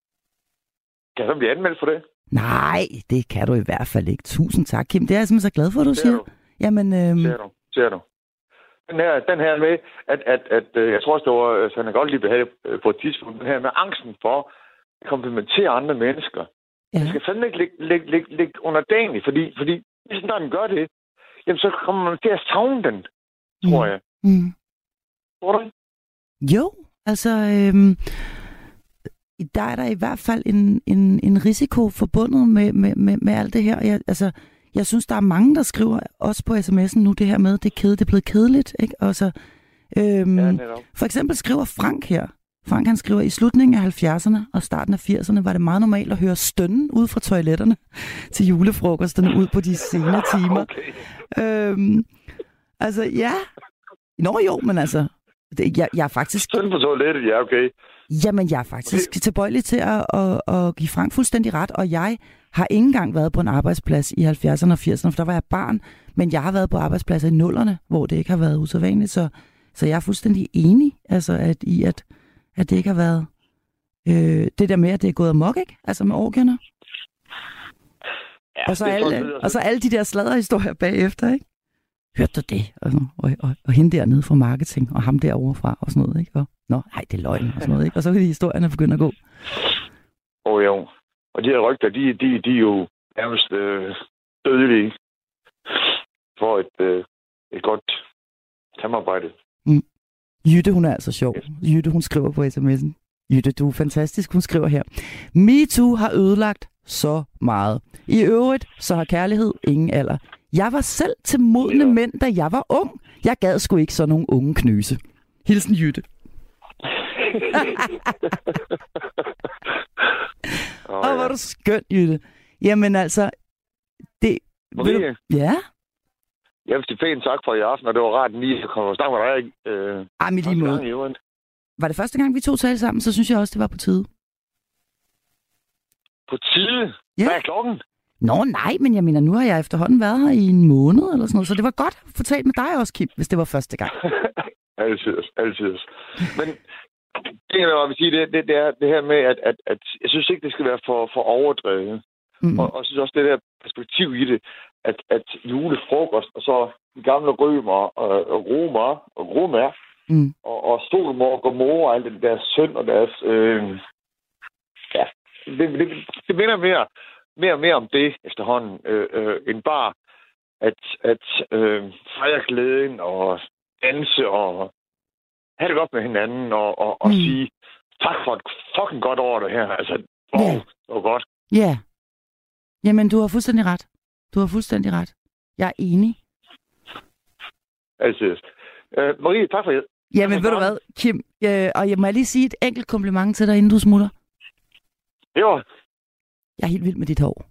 Kan jeg så blive anmeldt for det? Nej, det kan du i hvert fald ikke. Tusind tak, Kim. Det er jeg simpelthen så glad for, at du ser siger. Du. Jamen, øhm... Ser du, ser du. Den her, den her med, at, at, at, at jeg tror også, det var, så han godt lige behaget på et tidspunkt, den her med angsten for at komplimentere andre mennesker. Ja. Det skal fandme ikke ligge, ligge, ligge, ligge underdanig, fordi, fordi hvis den gør det, jamen så kommer man til at savne den, tror mm. jeg. Mm. Tror du? Jo, altså, øhm, der er der i hvert fald en, en, en risiko forbundet med, med, med, med alt det her. Jeg, altså, jeg synes, der er mange, der skriver også på sms'en nu det her med, det er, ked, det er blevet kedeligt. Ikke? Altså, øhm, ja, for eksempel skriver Frank her. Frank han skriver, i slutningen af halvfjerdserne og starten af firserne var det meget normalt at høre stønnen ud fra toiletterne til julefrokosterne ud på de senere timer. Okay. Øhm, altså, ja. Nå jo, men altså, det, jeg, jeg er faktisk... Stønnen på toilettet, ja, okay. Jamen, jeg er faktisk okay. tilbøjelig til at, at, at give Frank fuldstændig ret, og jeg har ikke engang været på en arbejdsplads i halvfjerdserne og firserne, for der var jeg barn, men jeg har været på arbejdspladser i nullerne, hvor det ikke har været usædvanligt, så, så jeg er fuldstændig enig altså, at, i, at at det ikke har været øh, det der med, at det er gået amok, ikke? Altså med orgierne. Ja, og, så alle, og så alle de der sladderhistorier bagefter, ikke? Hørte du det? Og, og, og, og hende dernede fra marketing, og ham derovre fra, og sådan noget, ikke? Og, nå, nej, det er løgn, og sådan noget, ikke? Og så kan de historierne begynde at gå. Åh oh, jo. Og de her rygter, de, de, de er jo nærmest øh, dødelige for et, øh, et godt samarbejde. Mm. Jytte, hun er altså sjov. Jytte, hun skriver på sms'en. Jytte, du er fantastisk. Hun skriver her. MeToo har ødelagt så meget. I øvrigt, så har kærlighed ingen alder. Jeg var selv til modne ja. mænd, da jeg var ung. Jeg gad sgu ikke sådan nogle unge knøse. Hilsen Jytte. Åh, oh, ja. Hvor er du skøn, Jytte. Jamen altså, det... Marie? Ja? Jeg vil sige pænt tak for i aften, og det var rart lige at komme og snakke med dig. Øh, Ej, med lige måde. Var det første gang, vi to talte sammen, så synes jeg også, det var på tide. På tide? Ja. Hvad er klokken? Nå, nej, men jeg mener, nu har jeg efterhånden været her i en måned, eller sådan noget, så det var godt at få talt med dig også, Kim, hvis det var første gang. altid, altid. Men det, jeg vil sige, det, det, det er det her med, at, at, at jeg synes ikke, det skal være for, for overdrevet. Mm. Og, og jeg synes også, det der perspektiv i det, at, at julefrokost, og så de gamle rømer, og, og romer, og romer, mm. og, og Solomor og Gomorra, og alt det der søn og deres, øh, ja, det, det, det minder mere, mere og mere om det efterhånden, øh, øh, end bare at, at øh, fejre glæden og danse og have det godt med hinanden og, og, og mm. sige tak for et fucking godt år det her. Altså, wow, yeah. Det var godt. Ja. Yeah. Jamen, du har fuldstændig ret. Du har fuldstændig ret. Jeg er enig. Altså, øh, Marie, tak for det. Jamen, ved du hvad, Kim? Øh, og jeg må lige sige et enkelt kompliment til dig, inden du smutter. Jo. Jeg er helt vild med dit hår.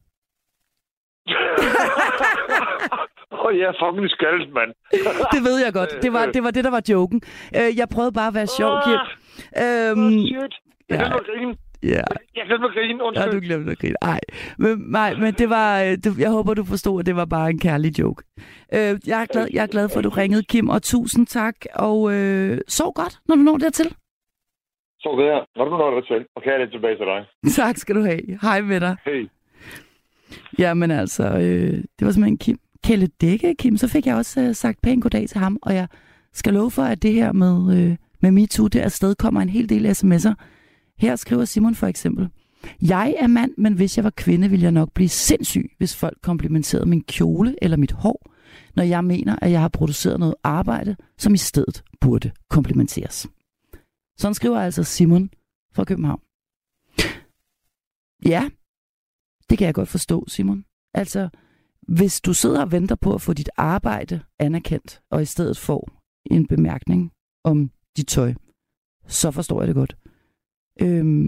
Åh, oh, jeg er fucking skaldet, mand. Det ved jeg godt. Det var, det var det, der var joken. Øh, jeg prøvede bare at være sjov, Kim. Øhm, oh, shit. Jeg glemte at grine. Ja. Jeg glemte at grine, undskyld. Ja, du glemte at grine. Ej. Men, nej, men det var... Det, jeg håber, du forstod, at det var bare en kærlig joke. Øh, jeg, er glad, jeg er glad for, at du ringede, Kim, og tusind tak. Og øh, sov godt, når du når dertil. Sov videre, når du når dertil. Og kærlighed tilbage til dig. Tak skal du have. Hej med dig. Hej. Jamen altså, øh, det var simpelthen Kim. Kælde Dække, Kim. Så fik jeg også øh, sagt pænt goddag til ham. Og jeg skal love for, at det her med, øh, med MeToo, det afsted kommer en hel del sms'er. Her skriver Simon for eksempel: Jeg er mand, men hvis jeg var kvinde, ville jeg nok blive sindssyg, hvis folk komplimenterede min kjole eller mit hår, når jeg mener, at jeg har produceret noget arbejde, som i stedet burde komplimenteres. Sådan skriver altså Simon fra København. Ja, det kan jeg godt forstå, Simon. Altså, hvis du sidder og venter på at få dit arbejde anerkendt, og i stedet får en bemærkning om dit tøj, så forstår jeg det godt. Øhm,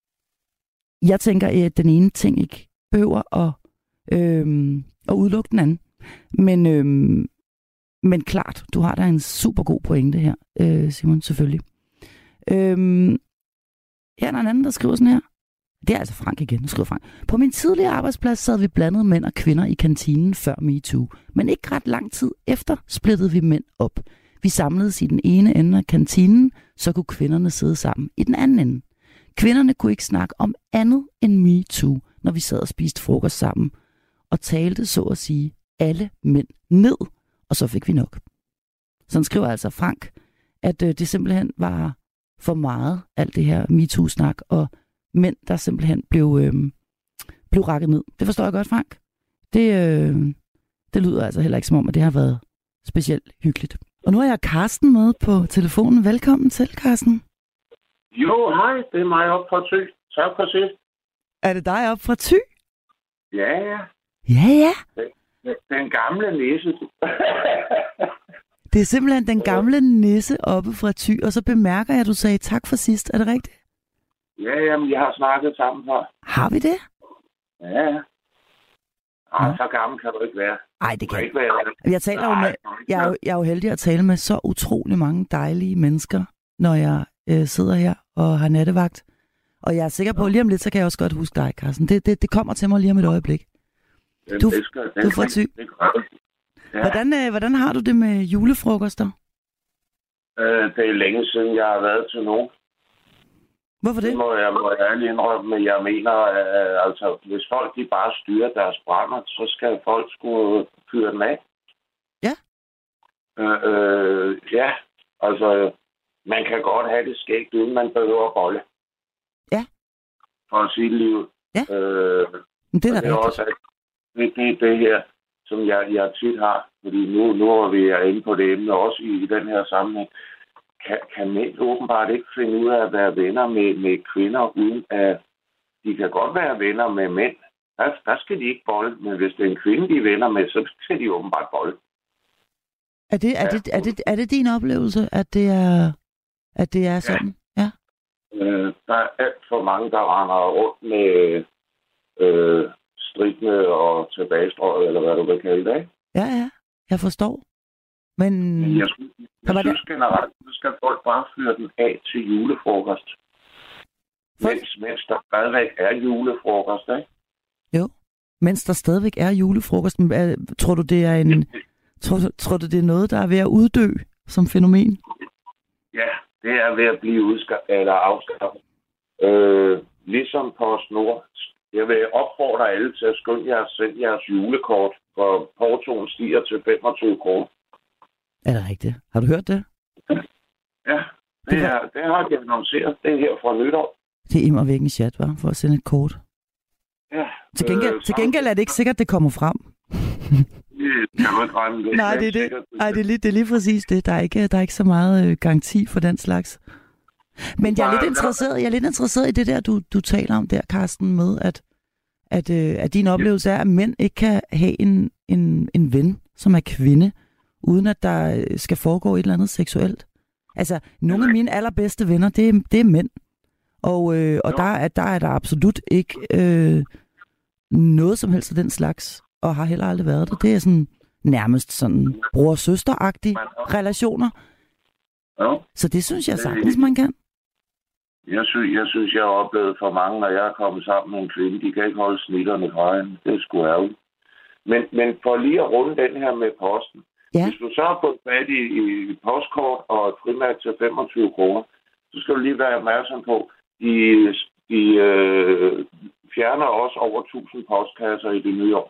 jeg tænker, at den ene ting ikke behøver at, øhm, at udelukke den anden. Men, øhm, men klart, du har da en super god pointe her, øh, Simon, selvfølgelig. Øhm, her er der en anden, der skriver sådan her. Det er altså Frank igen, nu skriver Frank. På min tidligere arbejdsplads sad vi blandet mænd og kvinder i kantinen før MeToo. Men ikke ret lang tid efter splittede vi mænd op. Vi samledes i den ene ende af kantinen, så kunne kvinderne sidde sammen i den anden ende. Kvinderne kunne ikke snakke om andet end MeToo, når vi sad og spiste frokost sammen, og talte så at sige alle mænd ned, og så fik vi nok. Sådan skriver altså Frank, at øh, det simpelthen var for meget, alt det her MeToo-snak, og mænd, der simpelthen blev, øh, blev rakket ned. Det forstår jeg godt, Frank. Det, øh, det lyder altså heller ikke som om, at det har været specielt hyggeligt. Og nu har jeg Carsten med på telefonen. Velkommen til, Carsten. Jo, hej. Det er mig op fra Thy. Tak for sidst. Er det dig op fra Thy? Ja, ja. Ja, ja. Den, den gamle nisse. Det er simpelthen den gamle nisse oppe fra Thy, og så bemærker jeg, at du sagde tak for sidst. Er det rigtigt? Ja, jamen, jeg har snakket sammen før. Har vi det? Ja, ja. Ej, ja. Så gammel kan du ikke være. Nej, det kan ikke være. Jeg taler jo med, jeg er jo, jeg er jo heldig at tale med så utrolig mange dejlige mennesker, når jeg øh, sidder her og har nattevagt. Og jeg er sikker på, at lige om lidt, så kan jeg også godt huske dig, Carsten. Det, det, det kommer til mig lige om et øjeblik. Den du, elsker, den du får Thy. Ja. Hvordan, øh, hvordan har du det med julefrokoster? Øh, det er længe siden, jeg har været til nogen. Hvorfor det? Det må jeg, må jeg ærlig indrømme, men jeg mener, at altså, hvis folk de bare styrer deres brænder, så skal folk skulle fyre den af. Ja. Øh, øh, ja, altså, man kan godt have det skægt, uden man behøver at bolle. Ja. For at sige livet. Ja. Øh, men det er da det er også det, det, det her, som jeg, jeg tit har, fordi nu, nu er vi inde på det emne også i, i den her sammenhæng. Kan, kan mænd åbenbart ikke finde ud af at være venner med, med kvinder, uden at de kan godt være venner med mænd. Der, der skal de ikke bolle, men hvis det er en kvinde, de er venner med, så skal de åbenbart bolle. Er det, er, det, er, det, er det din oplevelse, at det er, at det er sådan? Ja. ja. Øh, der er alt for mange, der render rundt med øh, strikkende og tilbagestrøget, eller hvad du vil kalde det, ikke? Ja, ja. Jeg forstår. Men... Men jeg, jeg, jeg synes generelt, at skal folk bare fyre den af til julefrokost. For... Mens, mens der stadigvæk er julefrokost, ikke? Jo. Mens der stadigvæk er julefrokost. Tror du, det er en... tror, tror du, det er noget, der er ved at uddø som fænomen? Ja, det er ved at blive udskaffet eller afskaffet. Øh, ligesom PostNord. Jeg vil opfordre alle til at skynde jer at sende jeres julekort, for portoen stiger til femogtyve kroner. Er det rigtigt? Har du hørt det? Ja, det, er, det har de annonceret. Det er her fra nytår. Det er immervæk en chat, var for at sende et kort. Ja. Til gengæld, øh, til gengæld er det ikke sikkert, det kommer frem. Det kan man ikke regne med. Nej, det er det. Ej, det er lige, det er lige præcis det. Der er ikke, der er ikke så meget øh, garanti for den slags. Men jeg er lidt interesseret, jeg er lidt interesseret i det der, du, du taler om der, Carsten, med, at, at, øh, at din oplevelse er, at mænd ikke kan have en, en, en ven, som er kvinde, uden at der skal foregå et eller andet seksuelt. Altså, nogle af mine allerbedste venner, det er, det er mænd. Og, øh, og der, er, der er der absolut ikke øh, noget som helst af den slags, og har heller aldrig været det. Det er sådan nærmest sådan bror-søster-agtige relationer. Ja. Så det synes jeg sagtens, man kan. Jeg synes, jeg synes, jeg har oplevet for mange, når jeg er kommet sammen med en kvinde, de kan ikke holde snitterne fra hende. Det er sgu ærgerligt. Men, men for lige at runde den her med posten. Ja. Hvis du så har fået fat i, i postkort og et frimærke til femogtyve kroner, så skal du lige være opmærksom på, de, de øh, fjerner også over tusind postkasser i det nye år.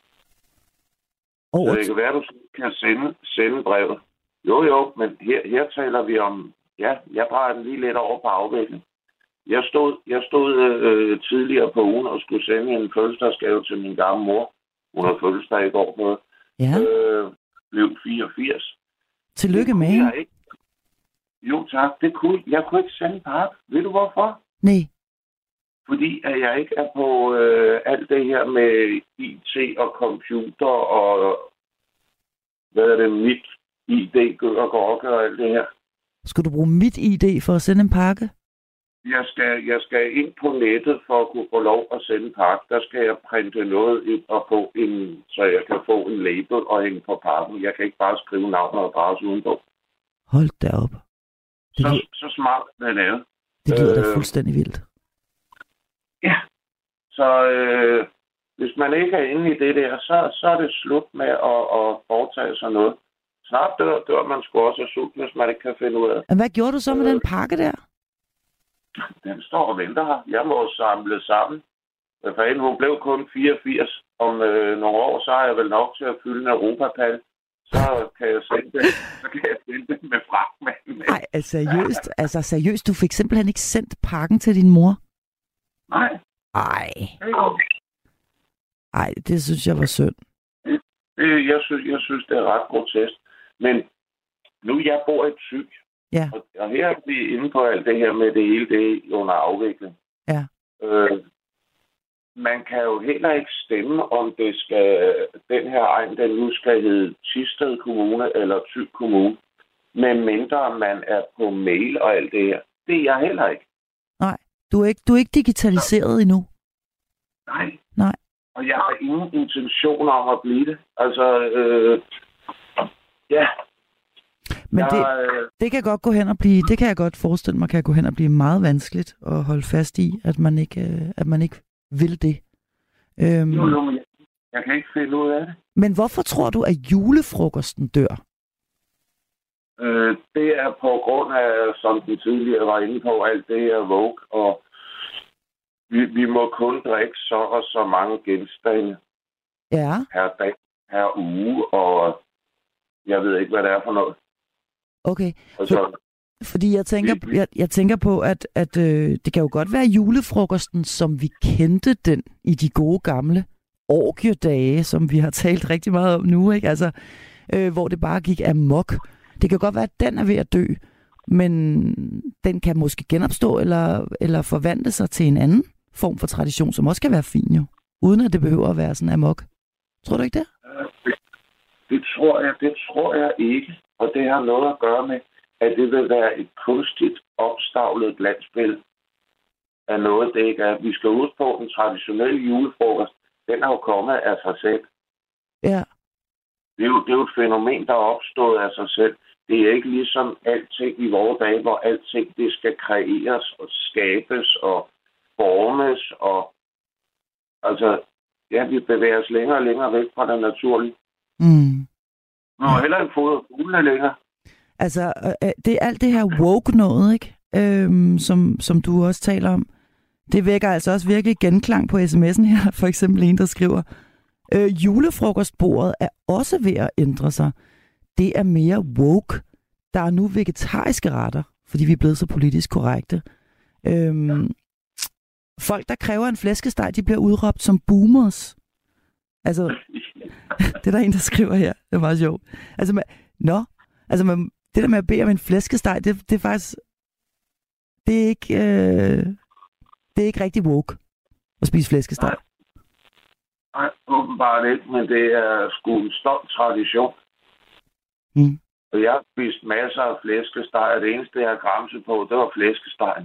Oh, så det kan være, at du kan sende, sende brevet. Jo, jo, men her, her taler vi om, ja, jeg drejer den lige lidt over på afvikling. Jeg stod, jeg stod øh, tidligere på ugen og skulle sende en fødselsdagsgave til min gamle mor. Hun havde fødselsdag i går på. Ja. Øh, blev fireogfirs. Tillykke med hende. Jo tak, det kunne jeg kunne ikke sende pakke. Ved du hvorfor? Nej. Fordi at jeg ikke er på øh, alt det her med I T og computer og hvad er det, mit I D gør og går og alt det her. Skal du bruge mit I D for at sende en pakke? Jeg skal, jeg skal ind på nettet for at kunne få lov at sende en pakke. Der skal jeg printe noget ind og få en, så jeg kan få en label og hænge på pakken. Jeg kan ikke bare skrive navn og adresse udenpå. Hold da op. Det så, lyder, så smart er det lavet. Det lyder øh, da fuldstændig vildt. Ja. Så øh, hvis man ikke er inde i det der, så, så er det slut med at, at foretage sig noget. Snart dør, dør man sgu også af sult, hvis man ikke kan finde ud af det. Men hvad gjorde du så med øh, den pakke der? Den står og venter her. Jeg må samle sammen. Hvad fanden, hun blev kun fireogfirs. Om øh, nogle år, så har jeg vel nok til at fylde en Europapal. Så kan jeg sende det, så kan jeg sende det med fragtmanden. Nej, altså seriøst, altså seriøst, du fik simpelthen ikke sendt pakken til din mor? Nej. Ej. Ej, det synes jeg var synd. Det, jeg, synes, jeg synes, det er ret grotesk. Men nu jeg bor i Thy, ja. og, og her er vi inde på alt det her med det hele, det er under afvikling. Ja. Øh, man kan jo heller ikke stemme, om det skal, den her egen, den nu skal hedde Thisted Kommune eller Thy Kommune, medmindre man er på mail og alt det her. Det er jeg heller ikke. Nej, du er ikke, du er ikke digitaliseret ja. endnu. Nej. Nej. Og jeg har ingen intention om at blive det. Altså, øh, ja. Men jeg, det, øh, det kan godt gå hen og blive, det kan jeg godt forestille mig, kan gå hen og blive meget vanskeligt at holde fast i, at man ikke, at man ikke vil det. Øhm, jo, jo, men jeg, jeg kan ikke finde ud af det. Men hvorfor tror du, at julefrokosten dør? Øh, det er på grund af, som den tidligere var inde på, alt det her Vogue, og vi, vi må kun drikke så og så mange genstande ja. per dag, per uge, og jeg ved ikke, hvad det er for noget. Okay, så, for, fordi jeg tænker, jeg, jeg tænker på, at, at øh, det kan jo godt være julefrokosten, som vi kendte den i de gode gamle orgiedage, som vi har talt rigtig meget om nu, ikke? Altså, øh, hvor det bare gik amok. Det kan godt være, at den er ved at dø, men den kan måske genopstå eller, eller forvandle sig til en anden form for tradition, som også kan være fin jo, uden at det behøver at være sådan amok. Tror du ikke det? Det, det, tror jeg, det tror jeg ikke, og det har noget at gøre med, at det vil være et kunstigt opstavlet glansbillede af noget, det ikke er. Vi skal ud på den traditionelle julefrokost. Den er jo kommet af sig selv. Ja. Det er, jo, det er jo et fænomen, der er opstået af sig selv. Det er ikke ligesom alting i vores dage, hvor alting det skal kreeres og skabes og formes. Og altså, ja, vi bevæger os længere og længere væk fra det naturlige. Mm. Nå, ja. Heller ikke fået fuglene længere. Altså, det er alt det her woke noget, ikke? Øhm, som, som du også taler om. Det vækker altså også virkelig genklang på sms'en her. For eksempel en, der skriver, øh, julefrokostbordet er også ved at ændre sig. Det er mere woke. Der er nu vegetariske retter, fordi vi er blevet så politisk korrekte. Øhm, folk, der kræver en flæskesteg, de bliver udråbt som boomers. Altså, det er der en, der skriver her. Det er meget sjovt. Altså, man, nå, altså man, det der med at bede om en flæskesteg, det, det er faktisk, det er ikke, øh, det er ikke rigtig woke at spise flæskesteg. Nej, åbenbart ikke, men det er sgu en stolt tradition. Mm. Og jeg har spist masser af flæskesteg, og det eneste, jeg har gramset på, det var flæskestegen.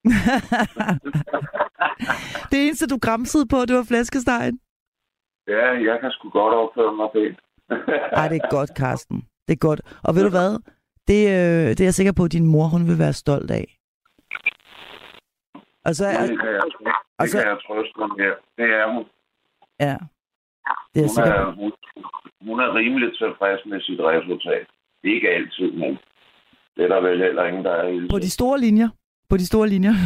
Det eneste, du gramsede på, det var flæskestegen? Ja, jeg kan sgu godt opføre mig pænt. Ej, det er godt, Carsten. Det er godt. Og ved du hvad? Det, øh, det er jeg sikker på, at din mor, hun vil være stolt af. Og så er, det kan jeg, det og så, kan jeg trøste mig med. Det er hun. Ja. Det er hun, er, hun, hun er rimelig tilfreds med sit resultat. Ikke altid, men det er der vel heller ingen, der er hele. På de store linjer. På de store linjer.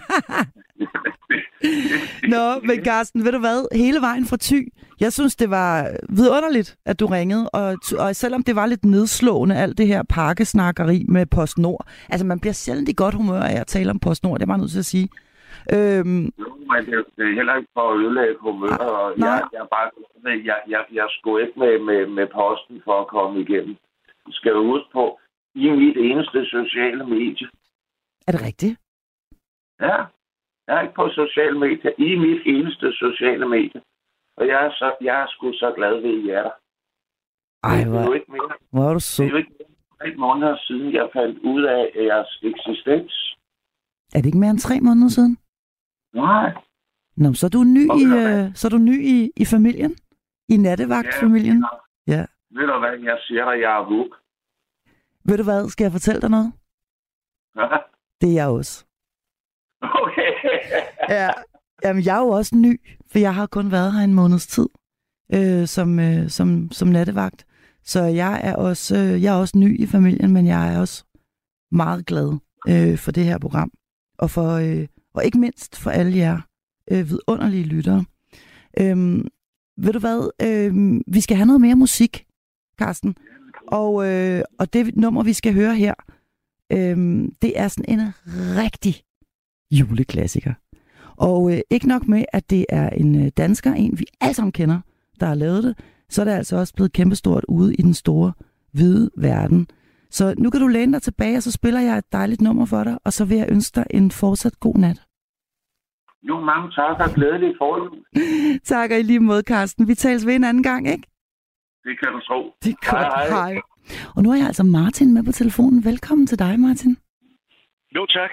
Nå, men Carsten, ved du hvad? Hele vejen fra Thy. Jeg synes, det var vidunderligt, at du ringede. Og, og selvom det var lidt nedslående, alt det her pakkesnakkeri med PostNord. Altså, man bliver sjældent i godt humør af at tale om PostNord. Det er bare nødt til at sige. Øhm, jo, men det, det er heller ikke for at ødelægge humør. Og jeg, jeg, bare, jeg, jeg, jeg skulle ikke med, med, med posten for at komme igennem. Jeg skal jo huske på, I er mit eneste sociale medie. Er det rigtigt? Ja. Jeg er ikke på sociale medier. I er mit eneste sociale medie. Og jeg er, så, jeg er sgu så glad ved, at I er der. Ej, hvor, det er jo ikke mere, hvor er du sød. Det er jo ikke mere tre måneder siden, jeg fandt ud af jeres eksistens. Er det ikke mere end tre måneder siden? Nej. Nå, så er du ny, i, øh, så er du ny i, i familien? I nattevagtfamilien? Ja. Ja. Ved du hvad, jeg siger dig, jeg er vug. Ved du hvad, skal jeg fortælle dig noget? Ja. Det er jeg også. Okay. Ja, jamen, jeg er jo også ny, for jeg har kun været her en måneds tid øh, som, øh, som, som nattevagt. Så jeg er, også, øh, jeg er også ny i familien, men jeg er også meget glad øh, for det her program. Og, for, øh, og ikke mindst for alle jer øh, vidunderlige lyttere. Øhm, ved du hvad? Øh, vi skal have noget mere musik, Carsten. Og, øh, og det nummer, vi skal høre her, øh, det er sådan en rigtig juleklassiker. Og øh, ikke nok med, at det er en øh, dansker, en vi alle sammen kender, der har lavet det, så er det altså også blevet kæmpestort ude i den store, hvide verden. Så nu kan du læne dig tilbage, og så spiller jeg et dejligt nummer for dig, og så vil jeg ønske dig en fortsat god nat. Jo, mange tak og glædelig forjul. Tak og i lige måde, Carsten. Vi tales ved en anden gang, ikke? Det kan du tro. Det er godt. Hej, hej. Hej. Og nu er jeg altså Martin med på telefonen. Velkommen til dig, Martin. Jo, tak.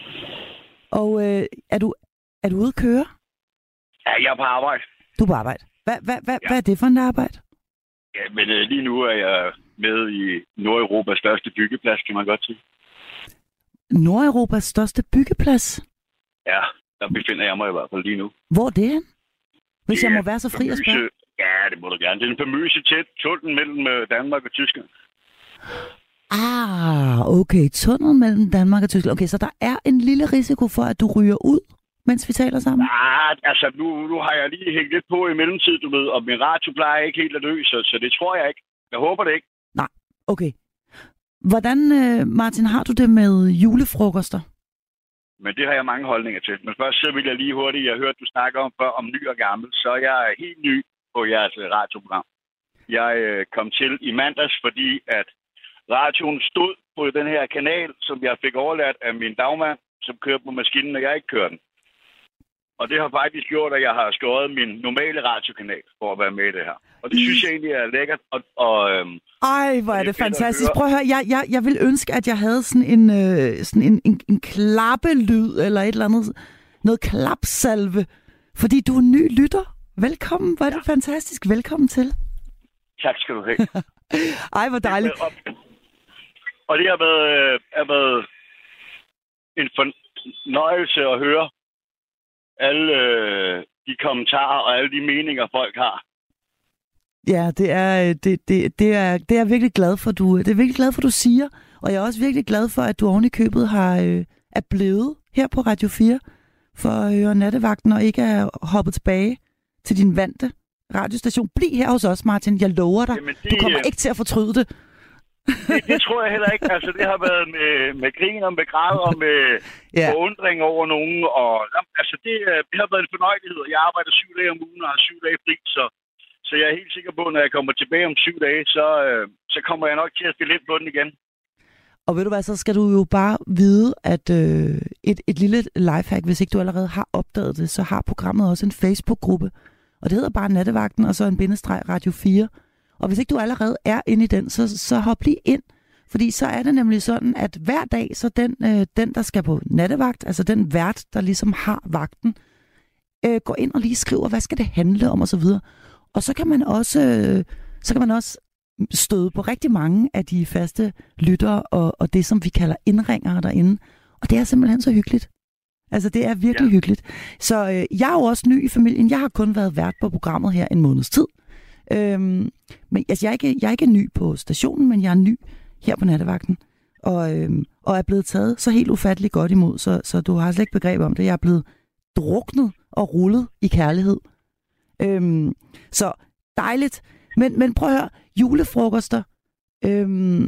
Og øh, er, du, er du ude at køre? Ja, jeg er på arbejde. Du er på arbejde. Hvad, hvad, hvad, ja. hvad er det for en arbejde? Ja, men øh, lige nu er jeg med i Nordeuropas største byggeplads, kan man godt sige. Nordeuropas største byggeplads? Ja, der befinder jeg mig i hvert fald lige nu. Hvor er det hen? Hvis det jeg må være så fri at spørge. Ja, det må du gerne. Det er en famøse tæt tunnel mellem Danmark og Tyskland. Ah, okay. Tunnel mellem Danmark og Tyskland. Okay, så der er en lille risiko for, at du ryger ud, mens vi taler sammen? Ah, altså nu, nu har jeg lige hængt lidt på i mellemtid, du ved, og min radio plejer ikke helt at løse, så det tror jeg ikke. Jeg håber det ikke. Nej, okay. Hvordan, Martin, har du det med julefrokoster? Men det har jeg mange holdninger til. Men først så vil jeg lige hurtigt, jeg hørte, du snakker om før om ny og gammel, så er jeg helt ny på jeres radioprogram. Jeg øh, kom til i mandags, fordi at radioen stod på den her kanal, som jeg fik overladt af min dagmand, som kørte på maskinen, og jeg ikke kørte den. Og det har faktisk gjort, at jeg har skåret min normale radiokanal for at være med i det her. Og det synes jeg egentlig er lækkert. Og, og, øhm, Ej, hvor er det, det fantastisk. Prøv at høre, jeg, jeg, jeg vil ønske, at jeg havde sådan en, øh, sådan en, en, en klappelyd, eller et eller andet, noget klapsalve. Fordi du er ny lytter. Velkommen, hvor er det ja. fantastisk. Velkommen til. Tak skal du have. Ej, hvor dejligt. Og det har været, øh, har været en fornøjelse at høre alle øh, de kommentarer og alle de meninger, folk har. Ja, det er, det, det, det er, det er jeg virkelig glad for, du, det er virkelig glad for, du siger. Og jeg er også virkelig glad for, at du oven i købet har, øh, er blevet her på Radio fire for at høre nattevagten og ikke er hoppet tilbage til din vante radiostation. Bliv her hos os, Martin. Jeg lover dig. Jamen, det, du kommer ikke til at fortryde det. det, det tror jeg heller ikke. Altså, det har været med, med grin og med græd og med yeah. forundring over nogen. Og, altså, det, det har været en fornøjelighed. Jeg arbejder syv dage om ugen og har syv dage fri, så, så jeg er helt sikker på, at når jeg kommer tilbage om syv dage, så, så kommer jeg nok til at spille lidt på den igen. Og ved du hvad, så skal du jo bare vide, at øh, et, et lille lifehack, hvis ikke du allerede har opdaget det, så har programmet også en Facebook-gruppe. Og det hedder bare Nattevagten, og så en bindestreg Radio fire. Og hvis ikke du allerede er inde i den, så, så hop lige ind. Fordi så er det nemlig sådan, at hver dag, så den, øh, den der skal på nattevagt, altså den vært, der ligesom har vagten, øh, går ind og lige skriver, hvad skal det handle om, og så videre. Og så kan man også, øh, så kan man også støde på rigtig mange af de faste lyttere, og, og det, som vi kalder indringere derinde. Og det er simpelthen så hyggeligt. Altså, det er virkelig ja. hyggeligt. Så øh, jeg er jo også ny i familien. Jeg har kun været vært på programmet her en måneds tid. Øhm, men altså, jeg er, ikke, jeg er ikke ny på stationen, men jeg er ny her på nattevagten. Og, øhm, og er blevet taget så helt ufatteligt godt imod, så, så du har slet ikke begreb om det. Jeg er blevet druknet og rullet i kærlighed. Øhm, så dejligt. Men, men prøv at høre, julefrokoster. Øhm,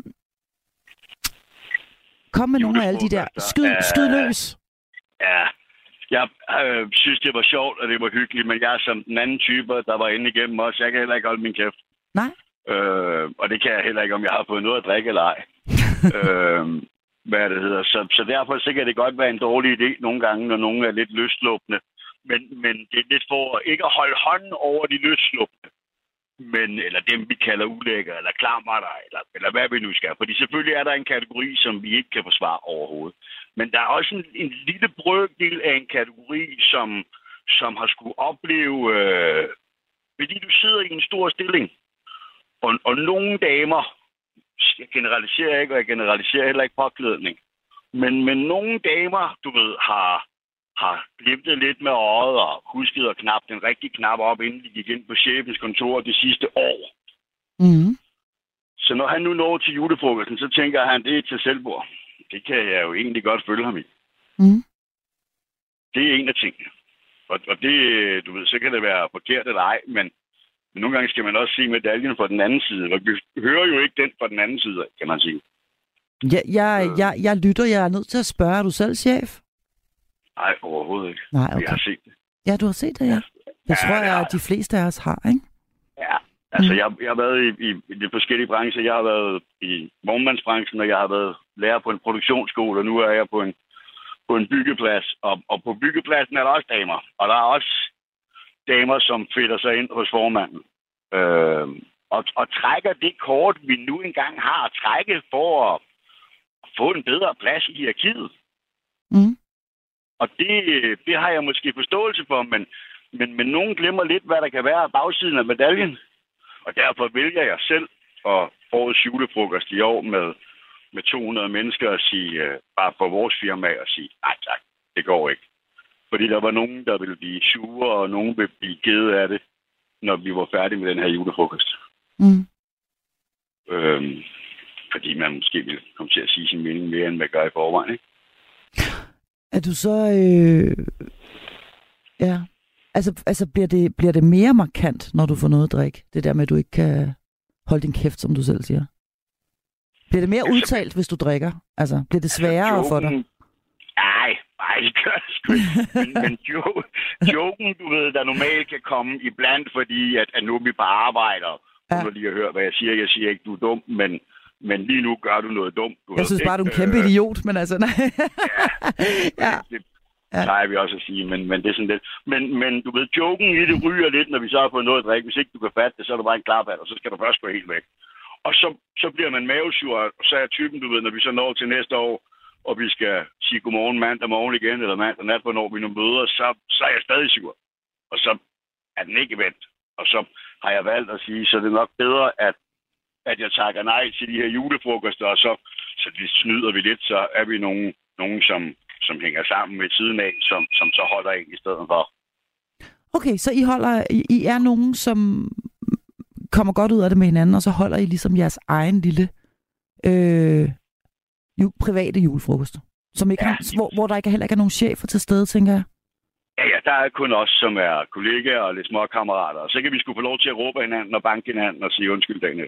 kom med nogle af alle de der. Skyd, skyd løs. Ja, jeg øh, synes, det var sjovt, og det var hyggeligt, men jeg er som den anden type, der var inde igennem også. Jeg kan heller ikke holde min kæft. Nej. Øh, og det kan jeg heller ikke, om jeg har fået noget at drikke eller ej. øh, hvad det hedder. Så, så derfor så kan det godt være en dårlig idé nogle gange, når nogen er lidt løsslupne. Men, men det er lidt for ikke at holde hånden over de løsslupne. Men, eller dem, vi kalder ulækker, eller klammerter, eller, eller hvad vi nu skal. Fordi selvfølgelig er der en kategori, som vi ikke kan forsvare overhovedet. Men der er også en, en lille brøkdel af en kategori, som, som har skulle opleve, øh, fordi du sidder i en stor stilling, og, og nogle damer, jeg generaliserer ikke, og jeg generaliserer heller ikke påklædning, men, men nogle damer, du ved, har... har glimtet lidt med øjet og husket at knappe den rigtige knap op, inden de gik ind på chefens kontor det sidste år. Mm. Så når han nu når til julefrokosten, så tænker han, det er til selvbord. Det kan jeg jo egentlig godt følge ham i. Mm. Det er en af tingene. Og, og det, du ved, så kan det være forkert eller ej, men, men nogle gange skal man også se medaljen fra den anden side. Og vi hører jo ikke den fra den anden side, kan man sige. Ja, jeg, øh. jeg, jeg lytter, jeg er nødt til at spørge, er du selv chef? Nej, overhovedet ikke. Nej, okay. Jeg har set det. Ja, du har set det, ja. Det ja, tror jeg, at de fleste af os har, ikke? Ja, altså mm. jeg, jeg har været i, i, i de forskellige brancher. Jeg har været i vognmandsbranchen, og jeg har været lærer på en produktionsskole, og nu er jeg på en, på en byggeplads. Og, og på byggepladsen er der også damer. Og der er også damer, som fedter sig ind hos formanden. Øh, og, og trækker det kort, vi nu engang har at trække for at få en bedre plads i hierarkiet. Mm. Og det, det har jeg måske forståelse for, men, men, men nogen glemmer lidt, hvad der kan være af bagsiden af medaljen. Og derfor vælger jeg selv at årets julefrokost i år med, med to hundrede mennesker at sige, uh, bare for vores firma at sige, nej tak, det går ikke. Fordi der var nogen, der ville blive sure, og nogen ville blive kede af det, når vi var færdige med den her julefrokost. Mm. Øhm, fordi man måske ville komme til at sige sin mening mere, end man gør i forvejen, ikke? Er du så... Øh... Ja. Altså, altså bliver, det, bliver det mere markant, når du får noget at drikke? Det der med, at du ikke kan holde din kæft, som du selv siger. Bliver det mere udtalt, hvis du drikker? Altså, bliver det sværere altså, joken... for dig? Nej, nej, det gør det sgu ikke. Men, men jo, joken, du ved, der normalt kan komme iblandt, fordi at, at nu er vi bare arbejder. Ja. Du lige har hørt, hvad jeg siger. Jeg siger ikke, du er dum, men... Men lige nu gør du noget dumt. Du jeg synes bare, du er en kæmpe øh... idiot, men altså, nej. ja, ja. Det plejer vi også at sige, men, men det er sådan lidt. Men, men du ved, joken i det ryger lidt, når vi så har fået noget at drikke. Hvis ikke du kan fatte det, så er du bare en klaphat, og så skal du først gå helt væk. Og så, så bliver man mavesur, og så er typen, du ved, når vi så når til næste år, og vi skal sige godmorgen mandag morgen igen, eller mandag nat, hvornår vi nu møder, så, så er jeg stadig sur. Og så er den ikke vendt. Og så har jeg valgt at sige, så det er nok bedre, at at jeg takker nej til de her julefrokoster, og så, så det snyder vi lidt, så er vi nogen, nogen som, som hænger sammen med siden af, som, som så holder ind i stedet for. Okay, så I holder, I, I er nogen, som kommer godt ud af det med hinanden, og så holder I ligesom jeres egen lille øh, ju, private julefrokost, som ikke ja. har, hvor, hvor der ikke heller ikke er nogen chefer til stede, tænker jeg. Ja, ja, der er kun os, som er kollegaer og lidt små kammerater. Og så kan vi sgu få lov til at råbe hinanden og banke hinanden og sige undskyld dagen efter.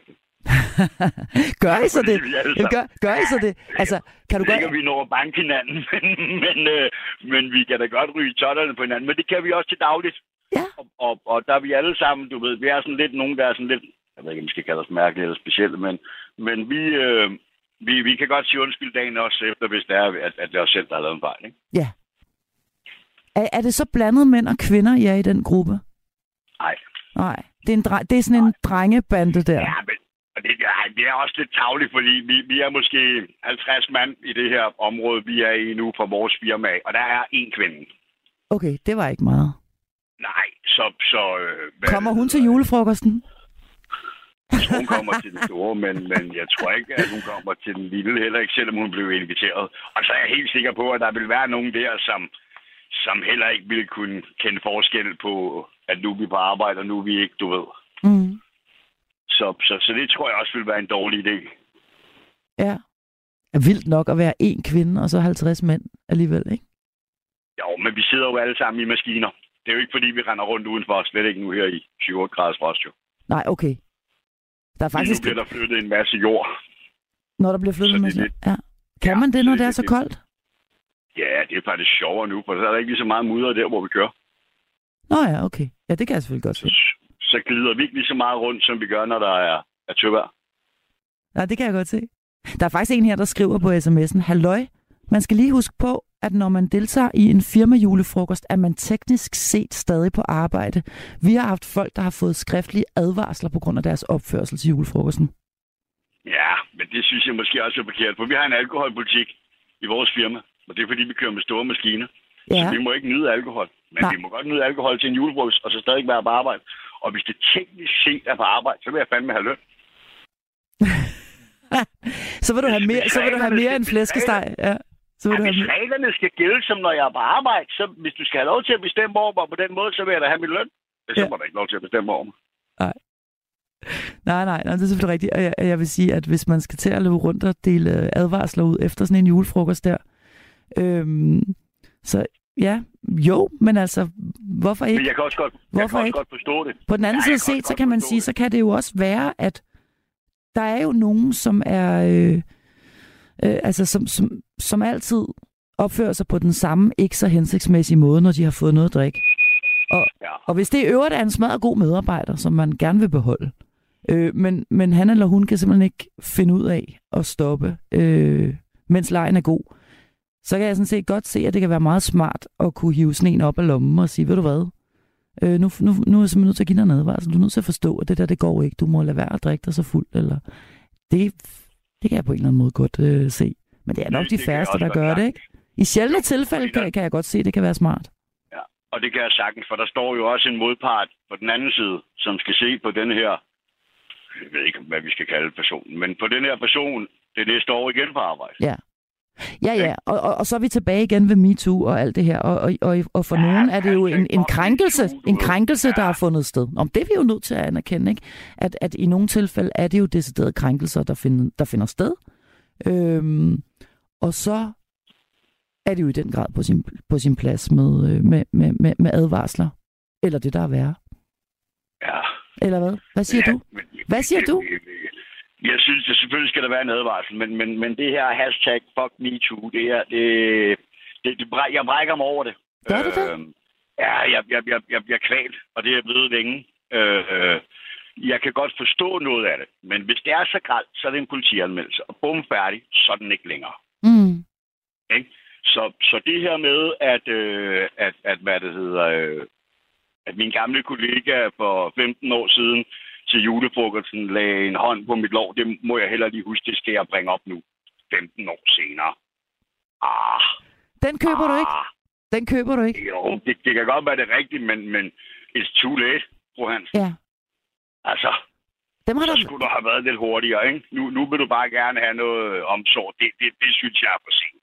Gør I så det? Altså, gør, gør I så det? Altså, kan du godt... gøre... vi når at banke hinanden, men, men, øh, men vi kan da godt ryge totterne på hinanden. Men det kan vi også til dagligt. Ja. Og, og, og der er vi alle sammen, du ved, vi er sådan lidt nogen, der er sådan lidt, jeg ved ikke, om vi skal kalde os mærkelige eller specielle, men, men vi, øh, vi, vi kan godt sige undskyld dagen også efter, hvis det er, at, at det er os selv, der har lavet en fejl, ikke? Ja. Er, er det så blandet mænd og kvinder, I er i den gruppe? Nej. Nej. Det er, en dre- det er sådan Nej. en drengebande der. Ja, men og det, det er også lidt tarveligt, fordi vi, vi er måske halvtreds mand i det her område, vi er i nu fra vores firma, og der er én kvinde. Okay, det var ikke meget. Nej, så... så øh, kommer hun til julefrokosten? Hun kommer til den store, men, men jeg tror ikke, at hun kommer til den lille, heller ikke, selvom hun blev inviteret. Og så er jeg helt sikker på, at der vil være nogen der, som, som heller ikke vil kunne kende forskel på, at nu er vi på arbejde, og nu er vi ikke, du ved. Mm. Så, så, så det tror jeg også vil være en dårlig idé. Ja. Det er vildt nok at være én kvinde, og så halvtreds mænd alligevel, ikke? Jo, men vi sidder jo alle sammen i maskiner. Det er jo ikke, fordi vi render rundt udenfor, slet ikke nu her i syv otte graders frost, jo. Nej, okay. Der er faktisk... Nu bliver der flyttet en masse jord. Når der bliver flyttet en masse jord? Ja. Kan ja, man det, når det, det er så koldt? Ja, det er faktisk sjovere nu, for så er der ikke lige så meget mudder der, hvor vi kører. Nå ja, okay. Ja, det kan jeg selvfølgelig godt se. Så, så glider vi ikke lige så meget rundt, som vi gør, når der er, er tøvejr. Nej, det kan jeg godt se. Der er faktisk en her, der skriver på sms'en, halløj, man skal lige huske på, at når man deltager i en firmajulefrokost, er man teknisk set stadig på arbejde. Vi har haft folk, der har fået skriftlige advarsler på grund af deres opførsel til julefrokosten. Ja, men det synes jeg måske også er forkert, for vi har en alkoholpolitik i vores firma, og det er fordi, vi kører med store maskiner. Ja. Så vi må ikke nyde alkohol. Men Nej. vi må godt nyde alkohol til en julefrokost, og så stadig være på arbejde. Og hvis det teknisk set er på arbejde, så vil jeg fandme have løn. så vil du have mere, så vil du have mere end flæskesteg. Ja. Så vil ja, hvis reglerne skal gælde, som når jeg er på arbejde, så hvis du skal have lov til at bestemme over mig på den måde, så vil jeg da have min løn. Så ja. må du ikke lov til at bestemme over mig. Nej. Nej, nej, nej, det er selvfølgelig rigtigt. Og jeg, jeg vil sige, at hvis man skal til at løbe rundt og dele advarsler ud efter sådan en julefrokost der, øhm, så ja, jo, men altså, hvorfor ikke? Men jeg kan også godt, hvorfor jeg kan også ikke? godt forstå det. På den anden ja, side set, så kan man sige, det. så kan det jo også være, at der er jo nogen, som er, øh, øh, altså som, som, som altid opfører sig på den samme, ikke så hensigtsmæssige måde, når de har fået noget at drikke. Og, ja. og hvis det i øvrigt er en smadret god medarbejder, som man gerne vil beholde, øh, men, men han eller hun kan simpelthen ikke finde ud af at stoppe, øh, mens lejen er god, så kan jeg sådan set godt se, at det kan være meget smart at kunne hive sådan en op af lommen og sige, ved du hvad, øh, nu, nu, nu er jeg simpelthen nødt til at give dig en advarsel. Du er nødt til at forstå, at det der, det går ikke. Du må lade være at drikke dig så fuld. Eller... Det, det kan jeg på en eller anden måde godt øh, se. Men det er nok det, de færreste, der gør det, ikke? I sjældne tilfælde kan, kan jeg godt se, at det kan være smart. Ja, og det kan jeg sagtens, for der står jo også en modpart på den anden side, som skal se på den her, jeg ved ikke, hvad vi skal kalde personen, men på den her person, det næste år igen på arbejde. Ja. Ja, ja, og, og, og så er vi tilbage igen ved MeToo og alt det her, og, og, og, og for ja, nogen er det jo en, en krænkelse, en krænkelse, der har fundet sted. Om det er vi jo nødt til at anerkende, ikke? At, at i nogle tilfælde er det jo deciderede krænkelser, der finder, der finder sted. Øhm, og så er det jo i den grad på sin, på sin plads med, med, med, med, med advarsler. Eller det, der er værre. Ja. Eller hvad? Hvad siger ja, du? Men, hvad siger du? Jeg synes, at selvfølgelig skal der være en advarsel, men, men, men det her hashtag fuck MeToo, det er, det, det, det, jeg brækker mig over det. Gør du det? Øh, ja, jeg, jeg, jeg, jeg, jeg er kvalt, og det er jeg blevet længe. Øh, jeg kan godt forstå noget af det, men hvis det er så grelt, så er det en politianmeldelse, og bum færdig, så er den ikke længere. Mm. Okay? Så, så det her med, at, øh, at, at hvad det hedder, øh, at min gamle kollega for femten år siden til julefrokosten lagde en hånd på mit lår, det må jeg heller lige huske, det skal jeg bringe op nu, femten år senere. Ah. Den køber ah. du ikke? Den køber du ikke? Jo, det, det kan godt være det rigtigt, men, men it's too late, fru Hansen. Ja. Altså, Dem har så der... skulle du have været lidt hurtigere, ikke? Nu, nu vil du bare gerne have noget omsorg. Det, det, det synes jeg er for sent.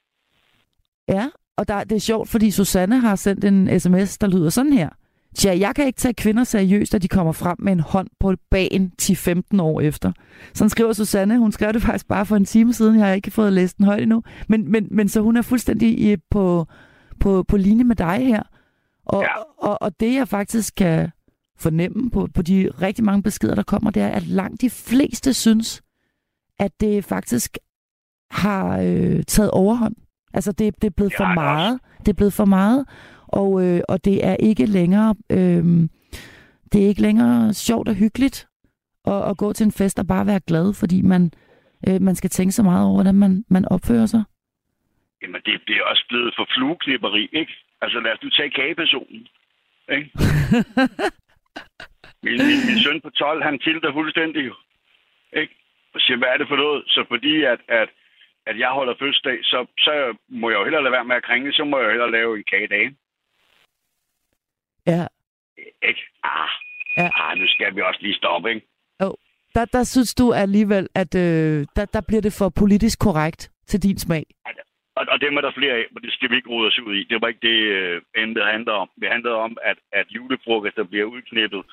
Ja, og der, det er sjovt, fordi Susanne har sendt en sms, der lyder sådan her. Tja, jeg kan ikke tage kvinder seriøst, at de kommer frem med en hånd på bagen ti til femten år efter. Sådan skriver Susanne. Hun skrev det faktisk bare for en time siden. Jeg har ikke fået læst den højt endnu. Men, men, men så hun er fuldstændig på, på, på linje med dig her. Og, ja. og, og det, jeg faktisk kan fornemme på, på de rigtig mange beskeder, der kommer, det er, at langt de fleste synes, at det faktisk har øh, taget overhånd. Altså, det, det er blevet for meget. Det er blevet for meget, og, øh, og det er ikke længere øh, det er ikke længere sjovt og hyggeligt at, at gå til en fest og bare være glad, fordi man, øh, man skal tænke så meget over, hvordan man, man opfører sig. Jamen, det, det er også blevet for flueklipperi, ikke? Altså, lad os nu tage kagepersonen, ikke? min, min, min søn på tolv, han tilter fuldstændig jo, ikke? Og siger, hvad er det for noget? Så fordi, at, at, at jeg holder fødselsdag, så, så må jeg jo hellere lade være med at kringle, så må jeg jo hellere lave en kagedag. Ja. Ikke? Ah, ja. ah, nu skal vi også lige stoppe, ikke? Oh. Der, der synes du alligevel, at øh, der, der bliver det for politisk korrekt til din smag. Og, og dem er der flere af, men det skal vi ikke rode os ud i. Det var ikke det, øh, emnet handler om. Det handler om, at, at julefrokoster bliver udknippet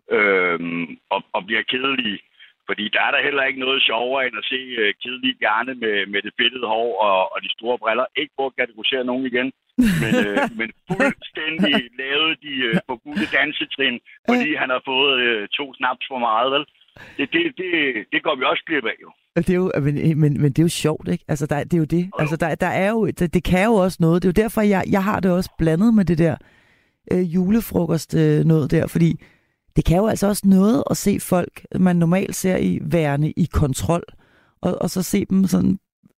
øh, og, og bliver kedelige. Fordi der er der heller ikke noget sjovere end at se øh, kedelige gerne med, med det fedtede hår og, og de store briller. Ikke på at kategorisere nogen igen, men, øh, men fuldstændig lavet de øh, forbudte dansetrin, fordi han har fået øh, to snaps for meget, vel? Det, det, det, det går vi også glip af, jo. Det er jo, men, men, men det er jo sjovt, ikke? Altså, der, det er jo det. Altså, der, der er jo, det, det kan jo også noget. Det er jo derfor, jeg, jeg har det også blandet med det der øh, julefrokost øh, noget der, fordi det kan jo altså også noget at se folk, man normalt ser i værende i kontrol, og, og så se dem sådan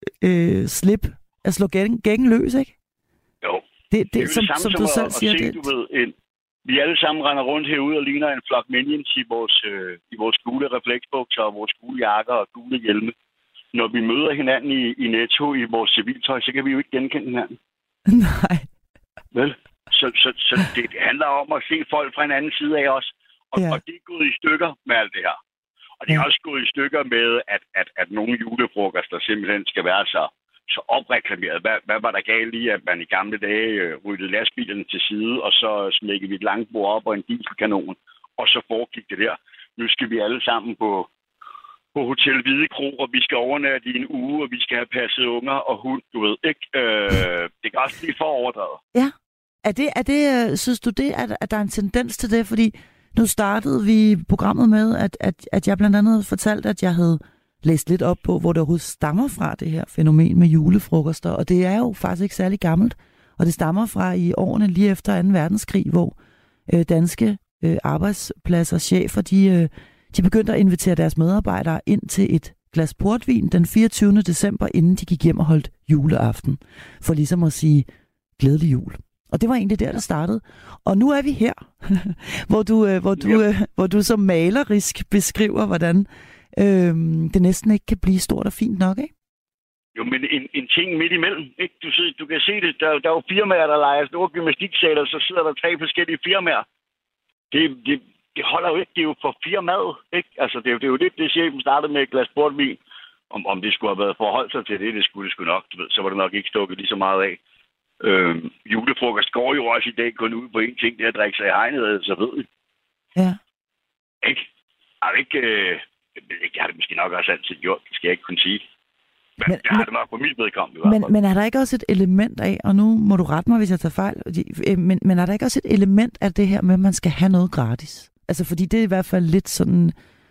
øh, slip, at slå gæng, gængen løs, ikke? Jo. Det, det, det er som, det samme som, som du at, selv at siger. Se, det. Du ved, en, vi alle sammen render rundt herude og ligner en flok minions i vores, øh, i vores gule refleksbukser og vores gule jakker og gule hjelme. Når vi møder hinanden i, i Netto i vores civiltøj, så kan vi jo ikke genkende hinanden. Nej. Vel? Så, så, så det handler om at se folk fra en anden side af os. Og, ja. og det er gået i stykker med alt det her. Og det er ja. også gået i stykker med, at, at, at nogle julefrokoster simpelthen skal være så, så opreklameret. Hvad, hvad var der galt i, at man i gamle dage øh, ryddede lastbilerne til side, og så smækkede vi et langbord op og en dieselkanon, og så foregik det der. Nu skal vi alle sammen på, på Hotel Hvide Kro, og vi skal overnatte i en uge, og vi skal have passet unger og hund, du ved, ikke? Øh, det kan også blive for overdrevet. Ja. Er det, er det, synes du det, at, at der er en tendens til det? Fordi nu startede vi programmet med, at, at, at jeg blandt andet fortalte, at jeg havde læst lidt op på, hvor det overhovedet stammer fra, det her fænomen med julefrokoster. Og det er jo faktisk ikke særlig gammelt. Og det stammer fra i årene lige efter anden verdenskrig, hvor øh, danske øh, arbejdspladser, chefer, de, øh, de begyndte at invitere deres medarbejdere ind til et glas portvin den fireogtyvende december, inden de gik hjem og holdt juleaften. For ligesom at sige glædelig jul. Og det var egentlig der, det startede. Og nu er vi her, hvor, du, øh, hvor, du, øh, hvor du så malerisk beskriver, hvordan øh, det næsten ikke kan blive stort og fint nok, ikke? Jo, men en, en ting midt imellem, ikke? Du, du kan se det. Der, der er jo firmaer, der leger store gymnastiksaler, så sidder der tre forskellige firmaer. Det, det, det holder jo ikke. Det er jo for firmaet, ikke? Altså, det, det er jo lidt, det chefen startede med et glas portvin. Om, om det skulle have været forholdt sig til det, det skulle det sgu nok, du ved. Så var det nok ikke stukket lige så meget af. Øh, julefrokost går jo også i dag kun ud på en ting, det er at drikke sig i hegnet, så ved vi. Ja. Ikke? Er det ikke... Øh, jeg har det måske nok også altid gjort, det skal jeg ikke kunne sige. Men, men jeg har det nok på mit vedkommende. Men, men er der ikke også et element af, og nu må du rette mig, hvis jeg tager fejl, men, men er der ikke også et element af det her med, at man skal have noget gratis? Altså, fordi det er i hvert fald lidt sådan,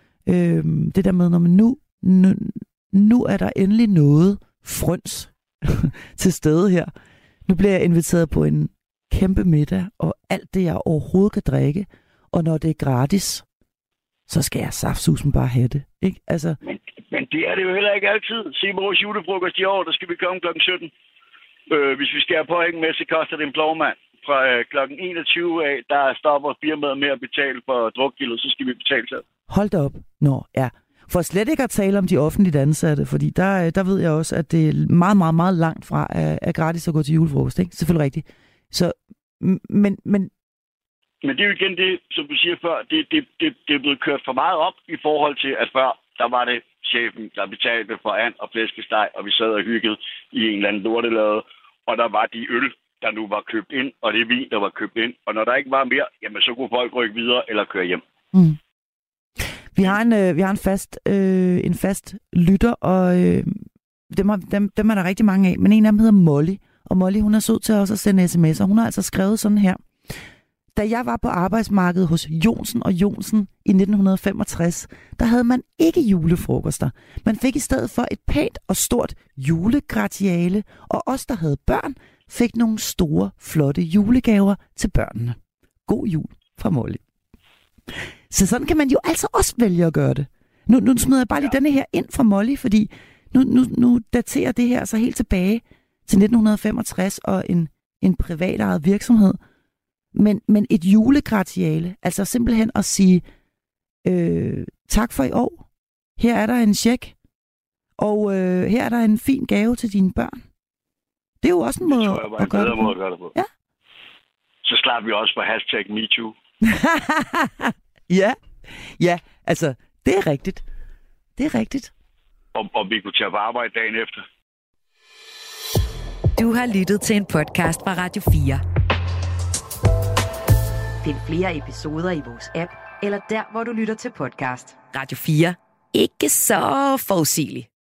øh, det der med, når man nu, nu, nu er der endelig noget frøns til stede her. Nu bliver jeg inviteret på en kæmpe middag, og alt det, jeg overhovedet kan drikke, og når det er gratis, så skal jeg saftsusen bare have det, ikke? Altså... Men, men det er det jo heller ikke altid. Se vores julefrokost i år, der skal vi komme klokken sytten. Øh, hvis vi skal have point med, så koster det en plovmand. Fra øh, klokken enogtyve af, der stopper firmaet med at betale for drukgildet, så skal vi betale selv. Hold da op. Nå, ja. For slet ikke at tale om de offentligt ansatte, fordi der, der ved jeg også, at det er meget, meget, meget langt fra at, at gratis at gå til julefrokost, ikke? Selvfølgelig rigtigt. Så, men, men... Men det er jo igen det, som du siger før, det, det, det, det er blevet kørt for meget op i forhold til, at før, der var det chefen, der betalte for and og flæskesteg, og vi sad og hyggede i en eller anden lortelade, og der var de øl, der nu var købt ind, og det vin, der var købt ind, og når der ikke var mere, jamen så kunne folk rykke videre eller køre hjem. Mm. Vi har en, øh, vi har en fast, øh, en fast lytter, og øh, dem, har, dem, dem er der rigtig mange af, men en af dem hedder Molly, og Molly, hun er sød til også at sende sms'er. Hun har altså skrevet sådan her: Da jeg var på arbejdsmarkedet hos Jonsen og Jonsen i nitten femogtres, der havde man ikke julefrokoster. Man fik i stedet for et pænt og stort julegratiale, og os, der havde børn, fik nogle store, flotte julegaver til børnene. God jul fra Molly. Så sådan kan man jo altså også vælge at gøre det. Nu, nu smider jeg bare lige ja. denne her ind fra Molly, fordi nu, nu, nu daterer det her så helt tilbage til nitten femogtres og en, en privatejet virksomhed. Men, men et julegratiale, altså simpelthen at sige, øh, tak for i år, her er der en check, og øh, her er der en fin gave til dine børn. Det er jo også en måde det tror jeg var at, en gøre bedre måde at gøre det på. Ja. Så slap vi også på hashtag MeToo. ja, ja, altså, det er rigtigt. Det er rigtigt. Og, og vi kunne tage på arbejde dagen efter. Du har lyttet til en podcast fra Radio fire. Find flere episoder i vores app, eller der, hvor du lytter til podcast. Radio fire. Ikke så forudsigeligt.